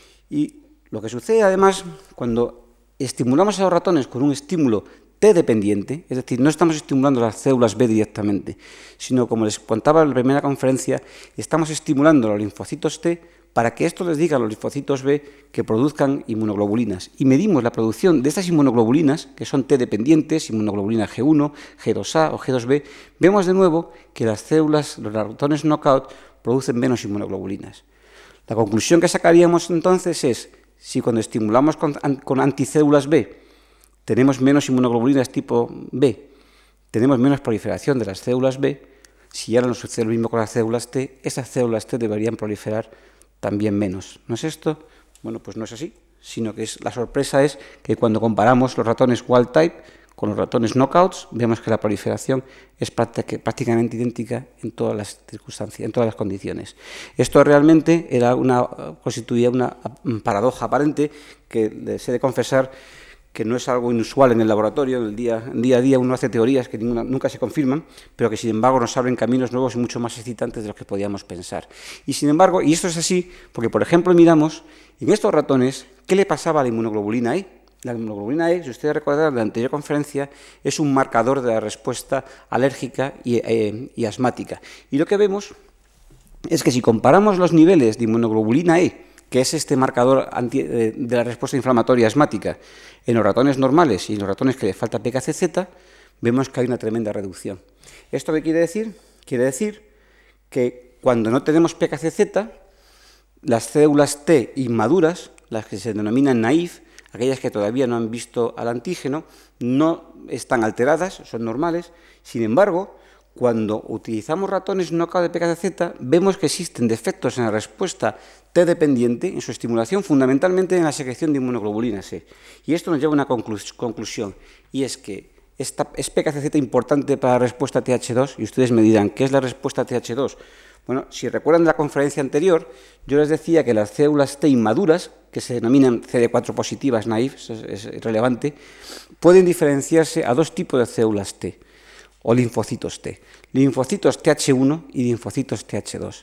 Y lo que sucede además cuando estimulamos a los ratones con un estímulo T dependiente, es decir, no estamos estimulando las células B directamente, sino como les contaba en la primera conferencia, estamos estimulando los linfocitos T para que esto les diga a los linfocitos B que produzcan inmunoglobulinas. Y medimos la producción de estas inmunoglobulinas, que son T dependientes, inmunoglobulina G uno, G dos A o G dos B, vemos de nuevo que las células, los ratones knockout, producen menos inmunoglobulinas. La conclusión que sacaríamos entonces es, si cuando estimulamos con, con anticélulas B tenemos menos inmunoglobulinas tipo B, tenemos menos proliferación de las células B, si ahora nos sucede lo mismo con las células T, esas células T deberían proliferar también menos. ¿No es esto? Bueno, pues no es así, sino que es, la sorpresa es que cuando comparamos los ratones wild type con los ratones knockouts, vemos que la proliferación es prácticamente idéntica en todas las circunstancias, en todas las condiciones. Esto realmente era una, constituía una paradoja aparente que les he de confesar que no es algo inusual en el laboratorio, en el día, en día a día uno hace teorías que ninguna, nunca se confirman, pero que sin embargo nos abren caminos nuevos y mucho más excitantes de los que podíamos pensar. Y sin embargo, y esto es así, porque por ejemplo miramos en estos ratones qué le pasaba a la inmunoglobulina E. La inmunoglobulina E, si ustedes recuerdan de la anterior conferencia, es un marcador de la respuesta alérgica y, eh, y asmática. Y lo que vemos es que si comparamos los niveles de inmunoglobulina E, que es este marcador anti, eh, de la respuesta inflamatoria asmática, en los ratones normales y en los ratones que le falta P K C Z, vemos que hay una tremenda reducción. ¿Esto qué quiere decir? Quiere decir que cuando no tenemos P K C Z, las células T inmaduras, las que se denominan naïf, aquellas que todavía no han visto al antígeno, no están alteradas, son normales. Sin embargo, cuando utilizamos ratones knockout de P K C Z, vemos que existen defectos en la respuesta T dependiente, en su estimulación, fundamentalmente en la secreción de inmunoglobulinas E. Y esto nos lleva a una conclus conclusión, y es que esta, es P K C Z importante para la respuesta T H dos, y ustedes me dirán, ¿qué es la respuesta T H dos? Bueno, si recuerdan de la conferencia anterior, yo les decía que las células T inmaduras, que se denominan C D cuatro positivas, naïf, es, es relevante, pueden diferenciarse a dos tipos de células T, o linfocitos T. Linfocitos T H uno y linfocitos T H dos.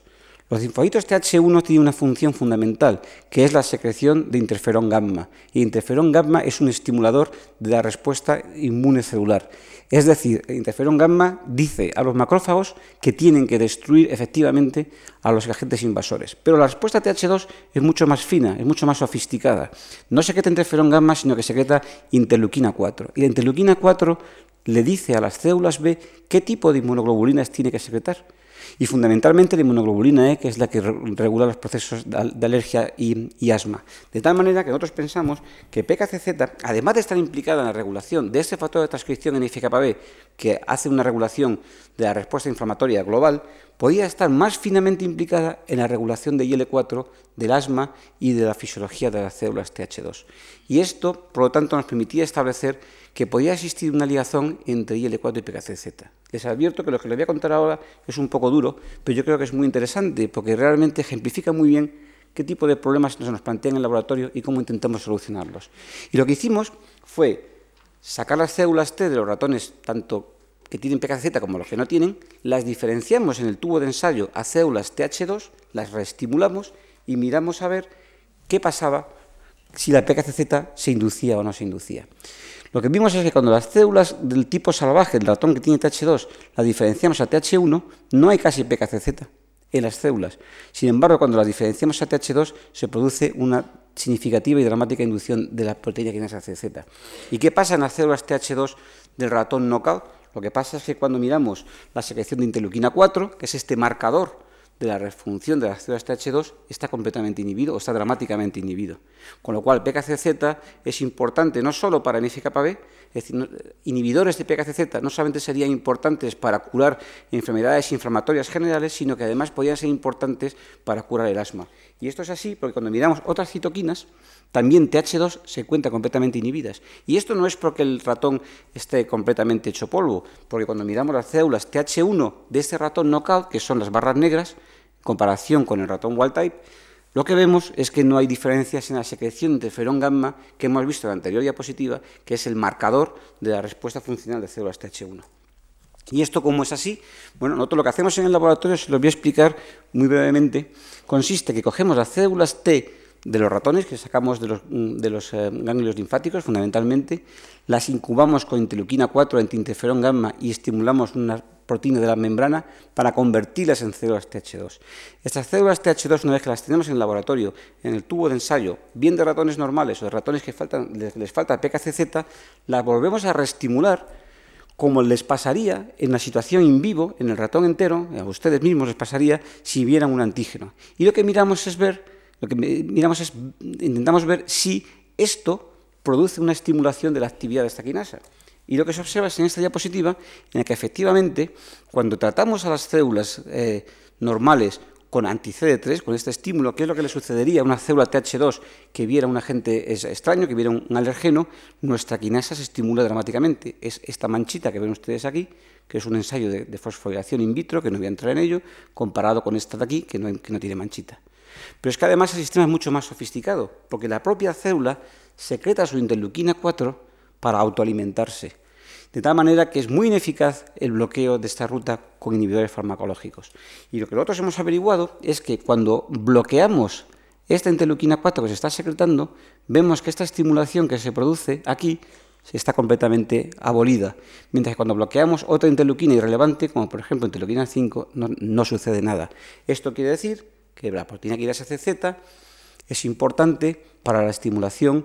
Los linfocitos T H uno tienen una función fundamental, que es la secreción de interferón gamma. Y interferón gamma es un estimulador de la respuesta inmune celular. Es decir, el interferón gamma dice a los macrófagos que tienen que destruir efectivamente a los agentes invasores. Pero la respuesta T H dos es mucho más fina, es mucho más sofisticada. No secreta interferón gamma, sino que secreta interleuquina cuatro. Y la interleuquina cuatro le dice a las células B qué tipo de inmunoglobulinas tiene que secretar. Y fundamentalmente la inmunoglobulina E, que es la que regula los procesos de alergia y, y asma. De tal manera que nosotros pensamos que P K C Z, además de estar implicada en la regulación de ese factor de transcripción en N F kappa B, que hace una regulación de la respuesta inflamatoria global, podía estar más finamente implicada en la regulación de I L cuatro, del asma y de la fisiología de las células T H dos. Y esto, por lo tanto, nos permitía establecer que podía existir una ligación entre I L cuatro y P K C Z. Les advierto que lo que les voy a contar ahora es un poco duro, pero yo creo que es muy interesante porque realmente ejemplifica muy bien qué tipo de problemas se nos plantean en el laboratorio y cómo intentamos solucionarlos. Y lo que hicimos fue sacar las células T de los ratones, tanto que tienen P K C Z como los que no tienen, las diferenciamos en el tubo de ensayo a células T H dos, las reestimulamos y miramos a ver qué pasaba si la P K C Z se inducía o no se inducía. Lo que vimos es que cuando las células del tipo salvaje, el ratón que tiene T H dos, las diferenciamos a T H uno, no hay casi P K C Z en las células. Sin embargo, cuando las diferenciamos a T H dos, se produce una significativa y dramática inducción de la proteína quinasa C Z. ¿Y qué pasa en las células T H dos del ratón knockout? Lo que pasa es que cuando miramos la secreción de interleuquina cuatro, que es este marcador de la refunción de las células T H dos, está completamente inhibido o está dramáticamente inhibido. Con lo cual, P K C Z es importante no solo para N F kappa B, es decir, no, inhibidores de P K C Z no solamente serían importantes para curar enfermedades inflamatorias generales, sino que además podrían ser importantes para curar el asma. Y esto es así porque cuando miramos otras citoquinas, también T H dos se encuentra completamente inhibidas. Y esto no es porque el ratón esté completamente hecho polvo, porque cuando miramos las células T H uno de este ratón knockout, que son las barras negras, en comparación con el ratón wild type, lo que vemos es que no hay diferencias en la secreción de interferón gamma que hemos visto en la anterior diapositiva, que es el marcador de la respuesta funcional de células T H uno. ¿Y esto cómo es así? Bueno, nosotros lo que hacemos en el laboratorio, se lo voy a explicar muy brevemente, consiste en que cogemos las células T de los ratones, que sacamos de los, de los eh, ganglios linfáticos, fundamentalmente, las incubamos con interleuquina cuatro, antiinterferón gamma, y estimulamos una proteína de la membrana para convertirlas en células T H dos. Estas células T H dos, una vez que las tenemos en el laboratorio, en el tubo de ensayo, bien de ratones normales o de ratones que faltan, les, les falta P K C Z, las volvemos a reestimular como les pasaría en la situación in vivo, en el ratón entero, a ustedes mismos les pasaría si vieran un antígeno. Y lo que miramos es ver, lo que miramos es, intentamos ver si esto produce una estimulación de la actividad de esta quinasa. Y lo que se observa es en esta diapositiva, en la que efectivamente, cuando tratamos a las células eh, normales con anti-C D tres, con este estímulo, ¿qué es lo que le sucedería a una célula T H dos que viera un agente extraño, que viera un, un alergeno? Nuestra quinasa se estimula dramáticamente. Es esta manchita que ven ustedes aquí, que es un ensayo de, de fosforilación in vitro, que no voy a entrar en ello, comparado con esta de aquí, que no, que no tiene manchita. Pero es que además el sistema es mucho más sofisticado, porque la propia célula secreta su interleuquina cuatro para autoalimentarse. De tal manera que es muy ineficaz el bloqueo de esta ruta con inhibidores farmacológicos. Y lo que nosotros hemos averiguado es que cuando bloqueamos esta interleuquina cuatro que se está secretando, vemos que esta estimulación que se produce aquí está completamente abolida, mientras que cuando bloqueamos otra interleuquina irrelevante, como por ejemplo interleuquina cinco, no, no sucede nada. Esto quiere decir que la proteína quinasa C Z es importante para la estimulación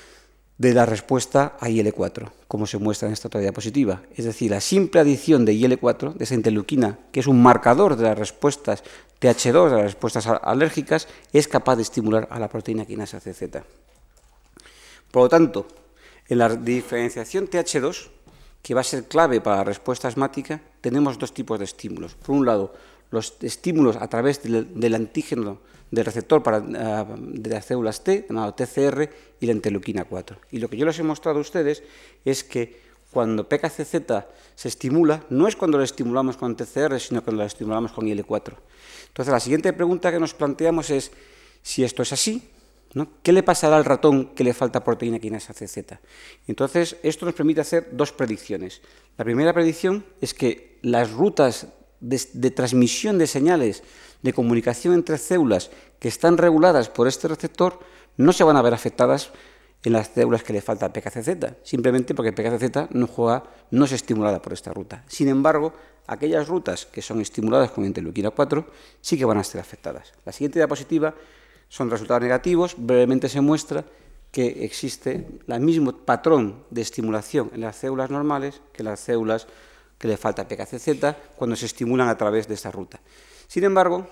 de la respuesta a I L cuatro, como se muestra en esta otra diapositiva. Es decir, la simple adición de I L cuatro, de esa interleuquina, que es un marcador de las respuestas T H dos, de las respuestas alérgicas, es capaz de estimular a la proteína quinasa C Z. Por lo tanto, en la diferenciación T H dos, que va a ser clave para la respuesta asmática, tenemos dos tipos de estímulos. Por un lado, los estímulos a través del, del antígeno del receptor para, uh, de las células T, llamado T C R, y la interleuquina cuatro. Y lo que yo les he mostrado a ustedes es que cuando P K C Z se estimula, no es cuando lo estimulamos con T C R, sino cuando lo estimulamos con I L cuatro. Entonces, la siguiente pregunta que nos planteamos es, si esto es así, ¿no?, ¿qué le pasará al ratón que le falta proteína quinasa C Z? Entonces, esto nos permite hacer dos predicciones. La primera predicción es que las rutas de, de transmisión de señales de comunicación entre células que están reguladas por este receptor no se van a ver afectadas en las células que le falta P K C Z, simplemente porque P K C Z no, juega, no es estimulada por esta ruta. Sin embargo, aquellas rutas que son estimuladas con interleuquina cuatro sí que van a ser afectadas. La siguiente diapositiva son resultados negativos. Brevemente se muestra que existe el mismo patrón de estimulación en las células normales que en las células que le falta P K C Z cuando se estimulan a través de esta ruta. Sin embargo,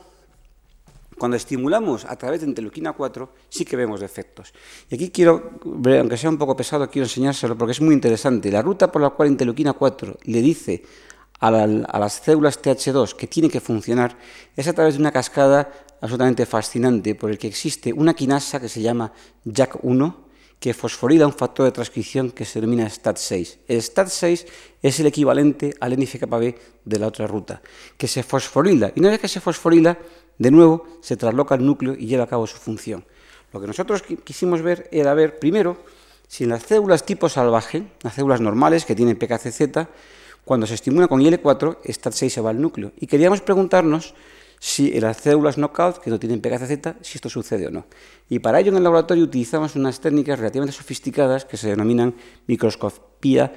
cuando estimulamos a través de interleuquina cuatro, sí que vemos defectos. Y aquí quiero, aunque sea un poco pesado, quiero enseñárselo porque es muy interesante. La ruta por la cual interleuquina cuatro le dice a, la, a las células T H dos que tiene que funcionar es a través de una cascada absolutamente fascinante por el que existe una quinasa que se llama J A K uno, que fosforila un factor de transcripción que se denomina S T A T seis. El S T A T seis es el equivalente al N F kappa B de la otra ruta, que se fosforila, y una vez que se fosforila, de nuevo se trasloca al núcleo y lleva a cabo su función. Lo que nosotros quisimos ver era ver, primero, si en las células tipo salvaje, las células normales que tienen P K C Z, cuando se estimula con I L cuatro, S T A T seis se va al núcleo. Y queríamos preguntarnos si en las células knockout, que no tienen P K C Z, si esto sucede o no. Y para ello en el laboratorio utilizamos unas técnicas relativamente sofisticadas que se denominan microscopía,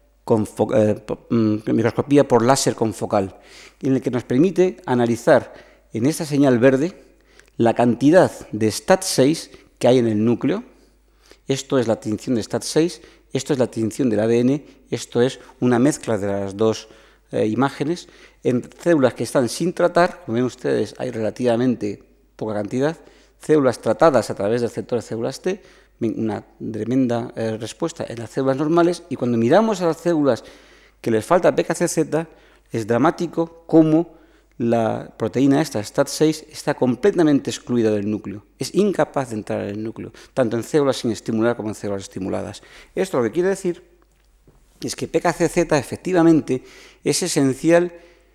fo eh, microscopía por láser confocal, en el que nos permite analizar en esta señal verde la cantidad de S T A T seis que hay en el núcleo. Esto es la tinción de S T A T seis, esto es la tinción del A D N, esto es una mezcla de las dos eh, imágenes en células que están sin tratar. Como ven ustedes, hay relativamente poca cantidad. Células tratadas a través del receptor de células T, una tremenda eh, respuesta en las células normales, y cuando miramos a las células que les falta P K C Z, es dramático cómo la proteína esta, S T A T seis, está completamente excluida del núcleo. Es incapaz de entrar en el núcleo, tanto en células sin estimular como en células estimuladas. Esto lo que quiere decir es que P K C Z efectivamente es esencial,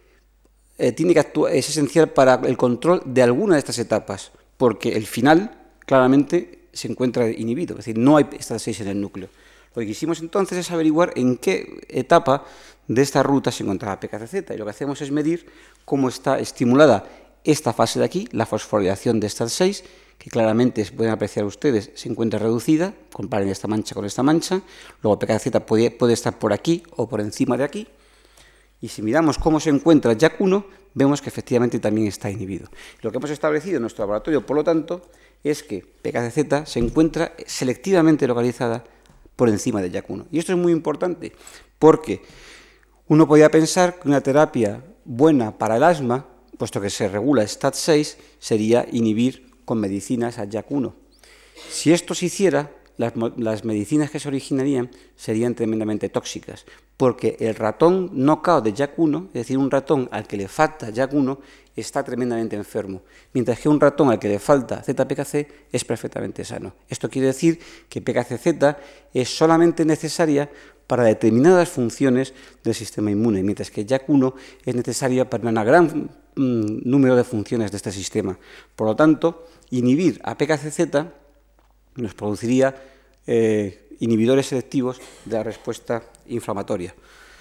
eh, tiene que actuar, es esencial para el control de alguna de estas etapas, porque el final claramente se encuentra inhibido, es decir, no hay S T A T seis en el núcleo. Lo que quisimos entonces es averiguar en qué etapa de esta ruta se encontraba P K C Z, y lo que hacemos es medir cómo está estimulada esta fase de aquí, la fosforilación de S T A T seis, que claramente se pueden apreciar ustedes, se encuentra reducida, comparen esta mancha con esta mancha. Luego P K C Z puede, puede estar por aquí o por encima de aquí, y si miramos cómo se encuentra J A K uno, vemos que efectivamente también está inhibido. Lo que hemos establecido en nuestro laboratorio, por lo tanto, es que P K C Z se encuentra selectivamente localizada por encima de J A K uno. Y esto es muy importante, porque uno podría pensar que una terapia buena para el asma, puesto que se regula S T A T seis, sería inhibir con medicinas a J A K uno. Si esto se hiciera, las, las medicinas que se originarían serían tremendamente tóxicas, porque el ratón knockout de J A K uno, es decir, un ratón al que le falta J A K uno, está tremendamente enfermo, mientras que un ratón al que le falta Z P K C es perfectamente sano. Esto quiere decir que P K C Z es solamente necesaria para determinadas funciones del sistema inmune, mientras que J A K uno es necesaria para un gran mm, número de funciones de este sistema. Por lo tanto, inhibir a P K C Z nos produciría eh, inhibidores selectivos de la respuesta inflamatoria.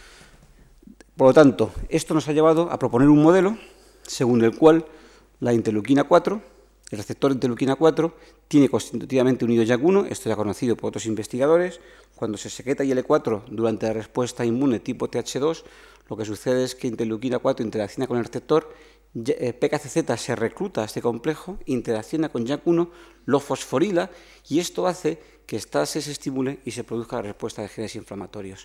Por lo tanto, esto nos ha llevado a proponer un modelo según el cual la interleuquina cuatro, el receptor de interleuquina cuatro, tiene constitutivamente unido J A K uno, esto ya conocido por otros investigadores. Cuando se secreta I L cuatro durante la respuesta inmune tipo T H dos, lo que sucede es que interleuquina cuatro interacciona con el receptor, P K C Z se recluta a este complejo, interacciona con J A K uno, lo fosforila, y esto hace que S T A T seis se estimule y se produzca la respuesta de genes inflamatorios.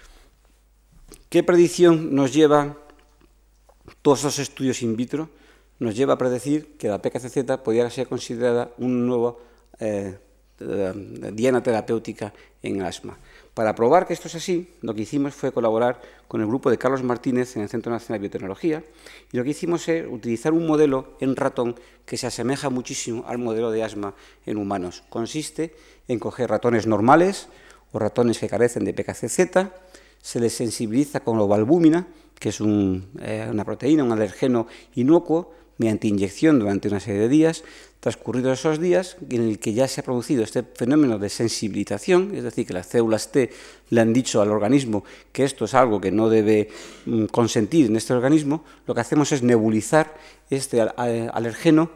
¿Qué predicción nos lleva todos esos estudios in vitro? Nos lleva a predecir que la P K C Z podría ser considerada una nueva eh, diana terapéutica en el asma. Para probar que esto es así, lo que hicimos fue colaborar con el grupo de Carlos Martínez en el Centro Nacional de Biotecnología, y lo que hicimos es utilizar un modelo en ratón que se asemeja muchísimo al modelo de asma en humanos. Consiste en coger ratones normales o ratones que carecen de P K C Z, se les sensibiliza con ovalbúmina, que es un, eh, una proteína, un alergeno inocuo, mediante inyección durante una serie de días. Transcurridos esos días, en el que ya se ha producido este fenómeno de sensibilización, es decir, que las células T le han dicho al organismo que esto es algo que no debe mm, consentir en este organismo, lo que hacemos es nebulizar este alergeno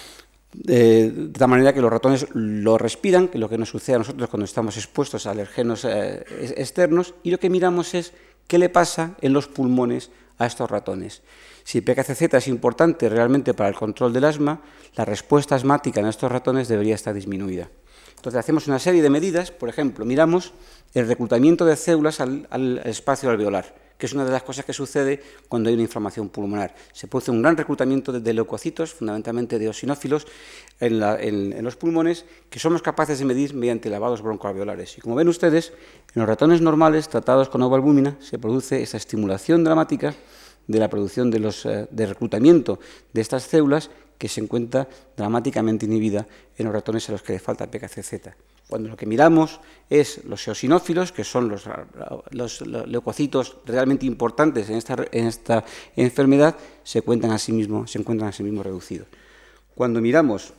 eh, de tal manera que los ratones lo respiran, que es lo que nos sucede a nosotros cuando estamos expuestos a alergenos eh, externos, y lo que miramos es qué le pasa en los pulmones a estos ratones. Si P K C Z es importante realmente para el control del asma, la respuesta asmática en estos ratones debería estar disminuida. Entonces hacemos una serie de medidas, por ejemplo, miramos el reclutamiento de células al, al espacio alveolar, que es una de las cosas que sucede cuando hay una inflamación pulmonar. Se produce un gran reclutamiento de, de leucocitos, fundamentalmente de eosinófilos, en, la, en, en los pulmones, que somos capaces de medir mediante lavados broncoalveolares. Y como ven ustedes, en los ratones normales tratados con ovalbúmina se produce esa estimulación dramática de la producción de, los, eh, de reclutamiento de estas células, que se encuentra dramáticamente inhibida en los ratones a los que le falta P K C Z. Cuando lo que miramos es los eosinófilos, que son los, los, los leucocitos realmente importantes en esta, en esta enfermedad, se encuentran asimismo, se encuentran asimismo reducidos. Cuando miramos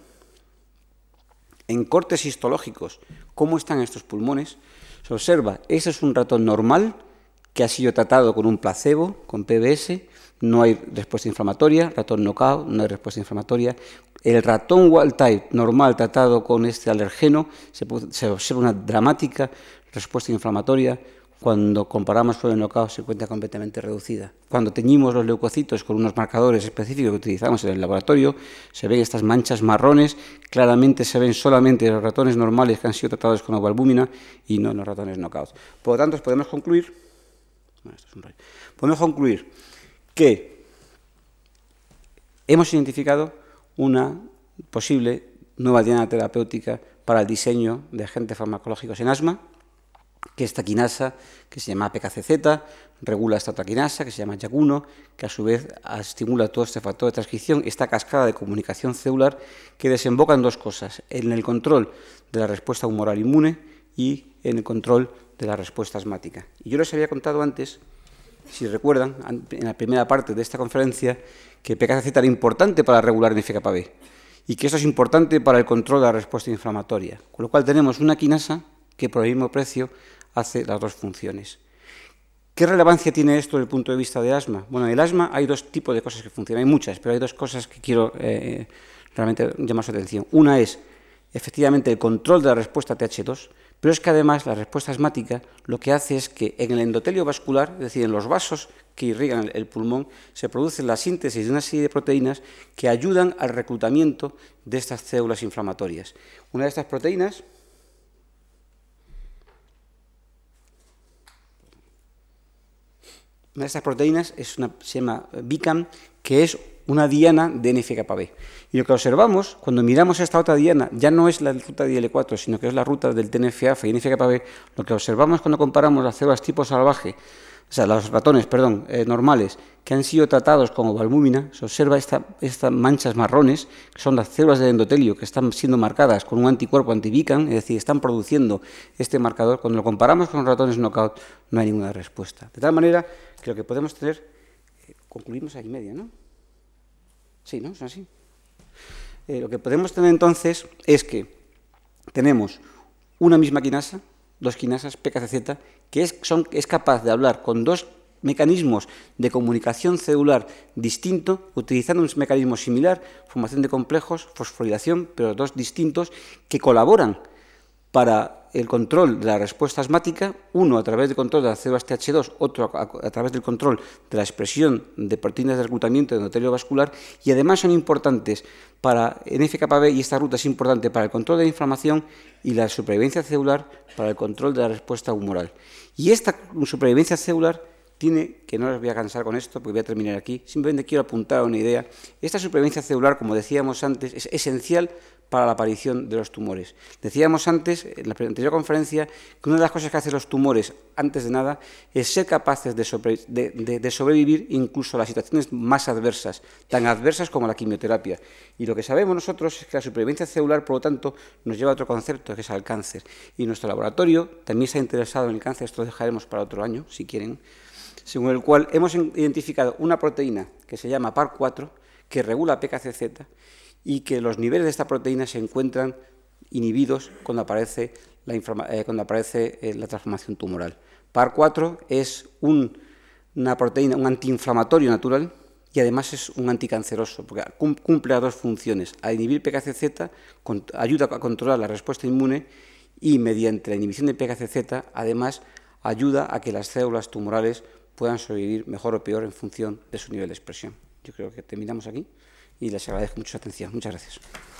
en cortes histológicos cómo están estos pulmones, se observa, ese es un ratón normal que ha sido tratado con un placebo, con P B S, no hay respuesta inflamatoria, ratón knockout, no hay respuesta inflamatoria. El ratón wild type normal tratado con este alergeno se, se observa una dramática respuesta inflamatoria. Cuando comparamos con el knockout se encuentra completamente reducida. Cuando teñimos los leucocitos con unos marcadores específicos que utilizamos en el laboratorio, se ven estas manchas marrones, claramente se ven solamente los ratones normales que han sido tratados con ovalbúmina y no los ratones knockout. Por lo tanto, podemos concluir, bueno, esto es un rollo, podemos concluir que hemos identificado una posible nueva diana terapéutica para el diseño de agentes farmacológicos en asma, que esta quinasa, que se llama P K C Z, regula esta otra quinasa, que se llama JAK uno, que a su vez estimula todo este factor de transcripción, esta cascada de comunicación celular, que desemboca en dos cosas, en el control de la respuesta humoral inmune y en el control de la respuesta asmática. Y yo les había contado antes, si recuerdan, en la primera parte de esta conferencia, que P K C Z era importante para regular N F kappa B y que eso es importante para el control de la respuesta inflamatoria, con lo cual tenemos una quinasa que por el mismo precio hace las dos funciones. ¿Qué relevancia tiene esto desde el punto de vista de asma? Bueno, en el asma hay dos tipos de cosas que funcionan, hay muchas, pero hay dos cosas que quiero eh, realmente llamar su atención. Una es, efectivamente, el control de la respuesta T H dos, pero es que además la respuesta asmática lo que hace es que en el endotelio vascular, es decir, en los vasos que irrigan el pulmón, se produce la síntesis de una serie de proteínas que ayudan al reclutamiento de estas células inflamatorias. Una de estas proteínas Una de estas proteínas es una, se llama B C A M, que es una diana de N F kappa B. Y lo que observamos, cuando miramos esta otra diana, ya no es la ruta de I L cuatro, sino que es la ruta del T N F alfa y N F kappa B, lo que observamos cuando comparamos las células tipo salvaje, o sea, los ratones, perdón, eh, normales, que han sido tratados con ovalbúmina, se observa esta, estas manchas marrones, que son las células del endotelio que están siendo marcadas con un anticuerpo anti-B C A M, es decir, están produciendo este marcador. Cuando lo comparamos con los ratones knockout, no hay ninguna respuesta. De tal manera que lo que podemos tener, eh, concluimos ahí media, ¿no? Sí, ¿no? Es así. Eh, lo que podemos tener entonces es que tenemos una misma quinasa, dos quinasas P K C Z, que es, son, es capaz de hablar con dos mecanismos de comunicación celular distinto, utilizando un mecanismo similar, formación de complejos, fosforilación, pero dos distintos, que colaboran para el control de la respuesta asmática, uno a través del control de las células T H dos, otro a, a través del control de la expresión de proteínas de reclutamiento del endotelio vascular, y además son importantes para N F kappa B, y esta ruta es importante para el control de la inflamación y la supervivencia celular para el control de la respuesta humoral. Y esta supervivencia celular tiene, que no les voy a cansar con esto, porque voy a terminar aquí, simplemente quiero apuntar a una idea. Esta supervivencia celular, como decíamos antes, es esencial para la aparición de los tumores. Decíamos antes, en la anterior conferencia, que una de las cosas que hacen los tumores, antes de nada, es ser capaces de, sobre, de, de, de sobrevivir incluso a las situaciones más adversas, tan adversas como la quimioterapia. Y lo que sabemos nosotros es que la supervivencia celular, por lo tanto, nos lleva a otro concepto, que es al cáncer. Y nuestro laboratorio también se ha interesado en el cáncer, esto lo dejaremos para otro año, si quieren, según el cual hemos identificado una proteína que se llama P A R cuatro, que regula P K C Z y que los niveles de esta proteína se encuentran inhibidos cuando aparece la, eh, cuando aparece, eh, la transformación tumoral. P A R cuatro es un, una proteína, un antiinflamatorio natural y además es un anticanceroso, porque cumple las dos funciones. Al inhibir P K C Z ayuda a controlar la respuesta inmune y mediante la inhibición de P K C Z además ayuda a que las células tumorales puedan sobrevivir mejor o peor en función de su nivel de expresión. Yo creo que terminamos aquí y les agradezco mucho su atención. Muchas gracias.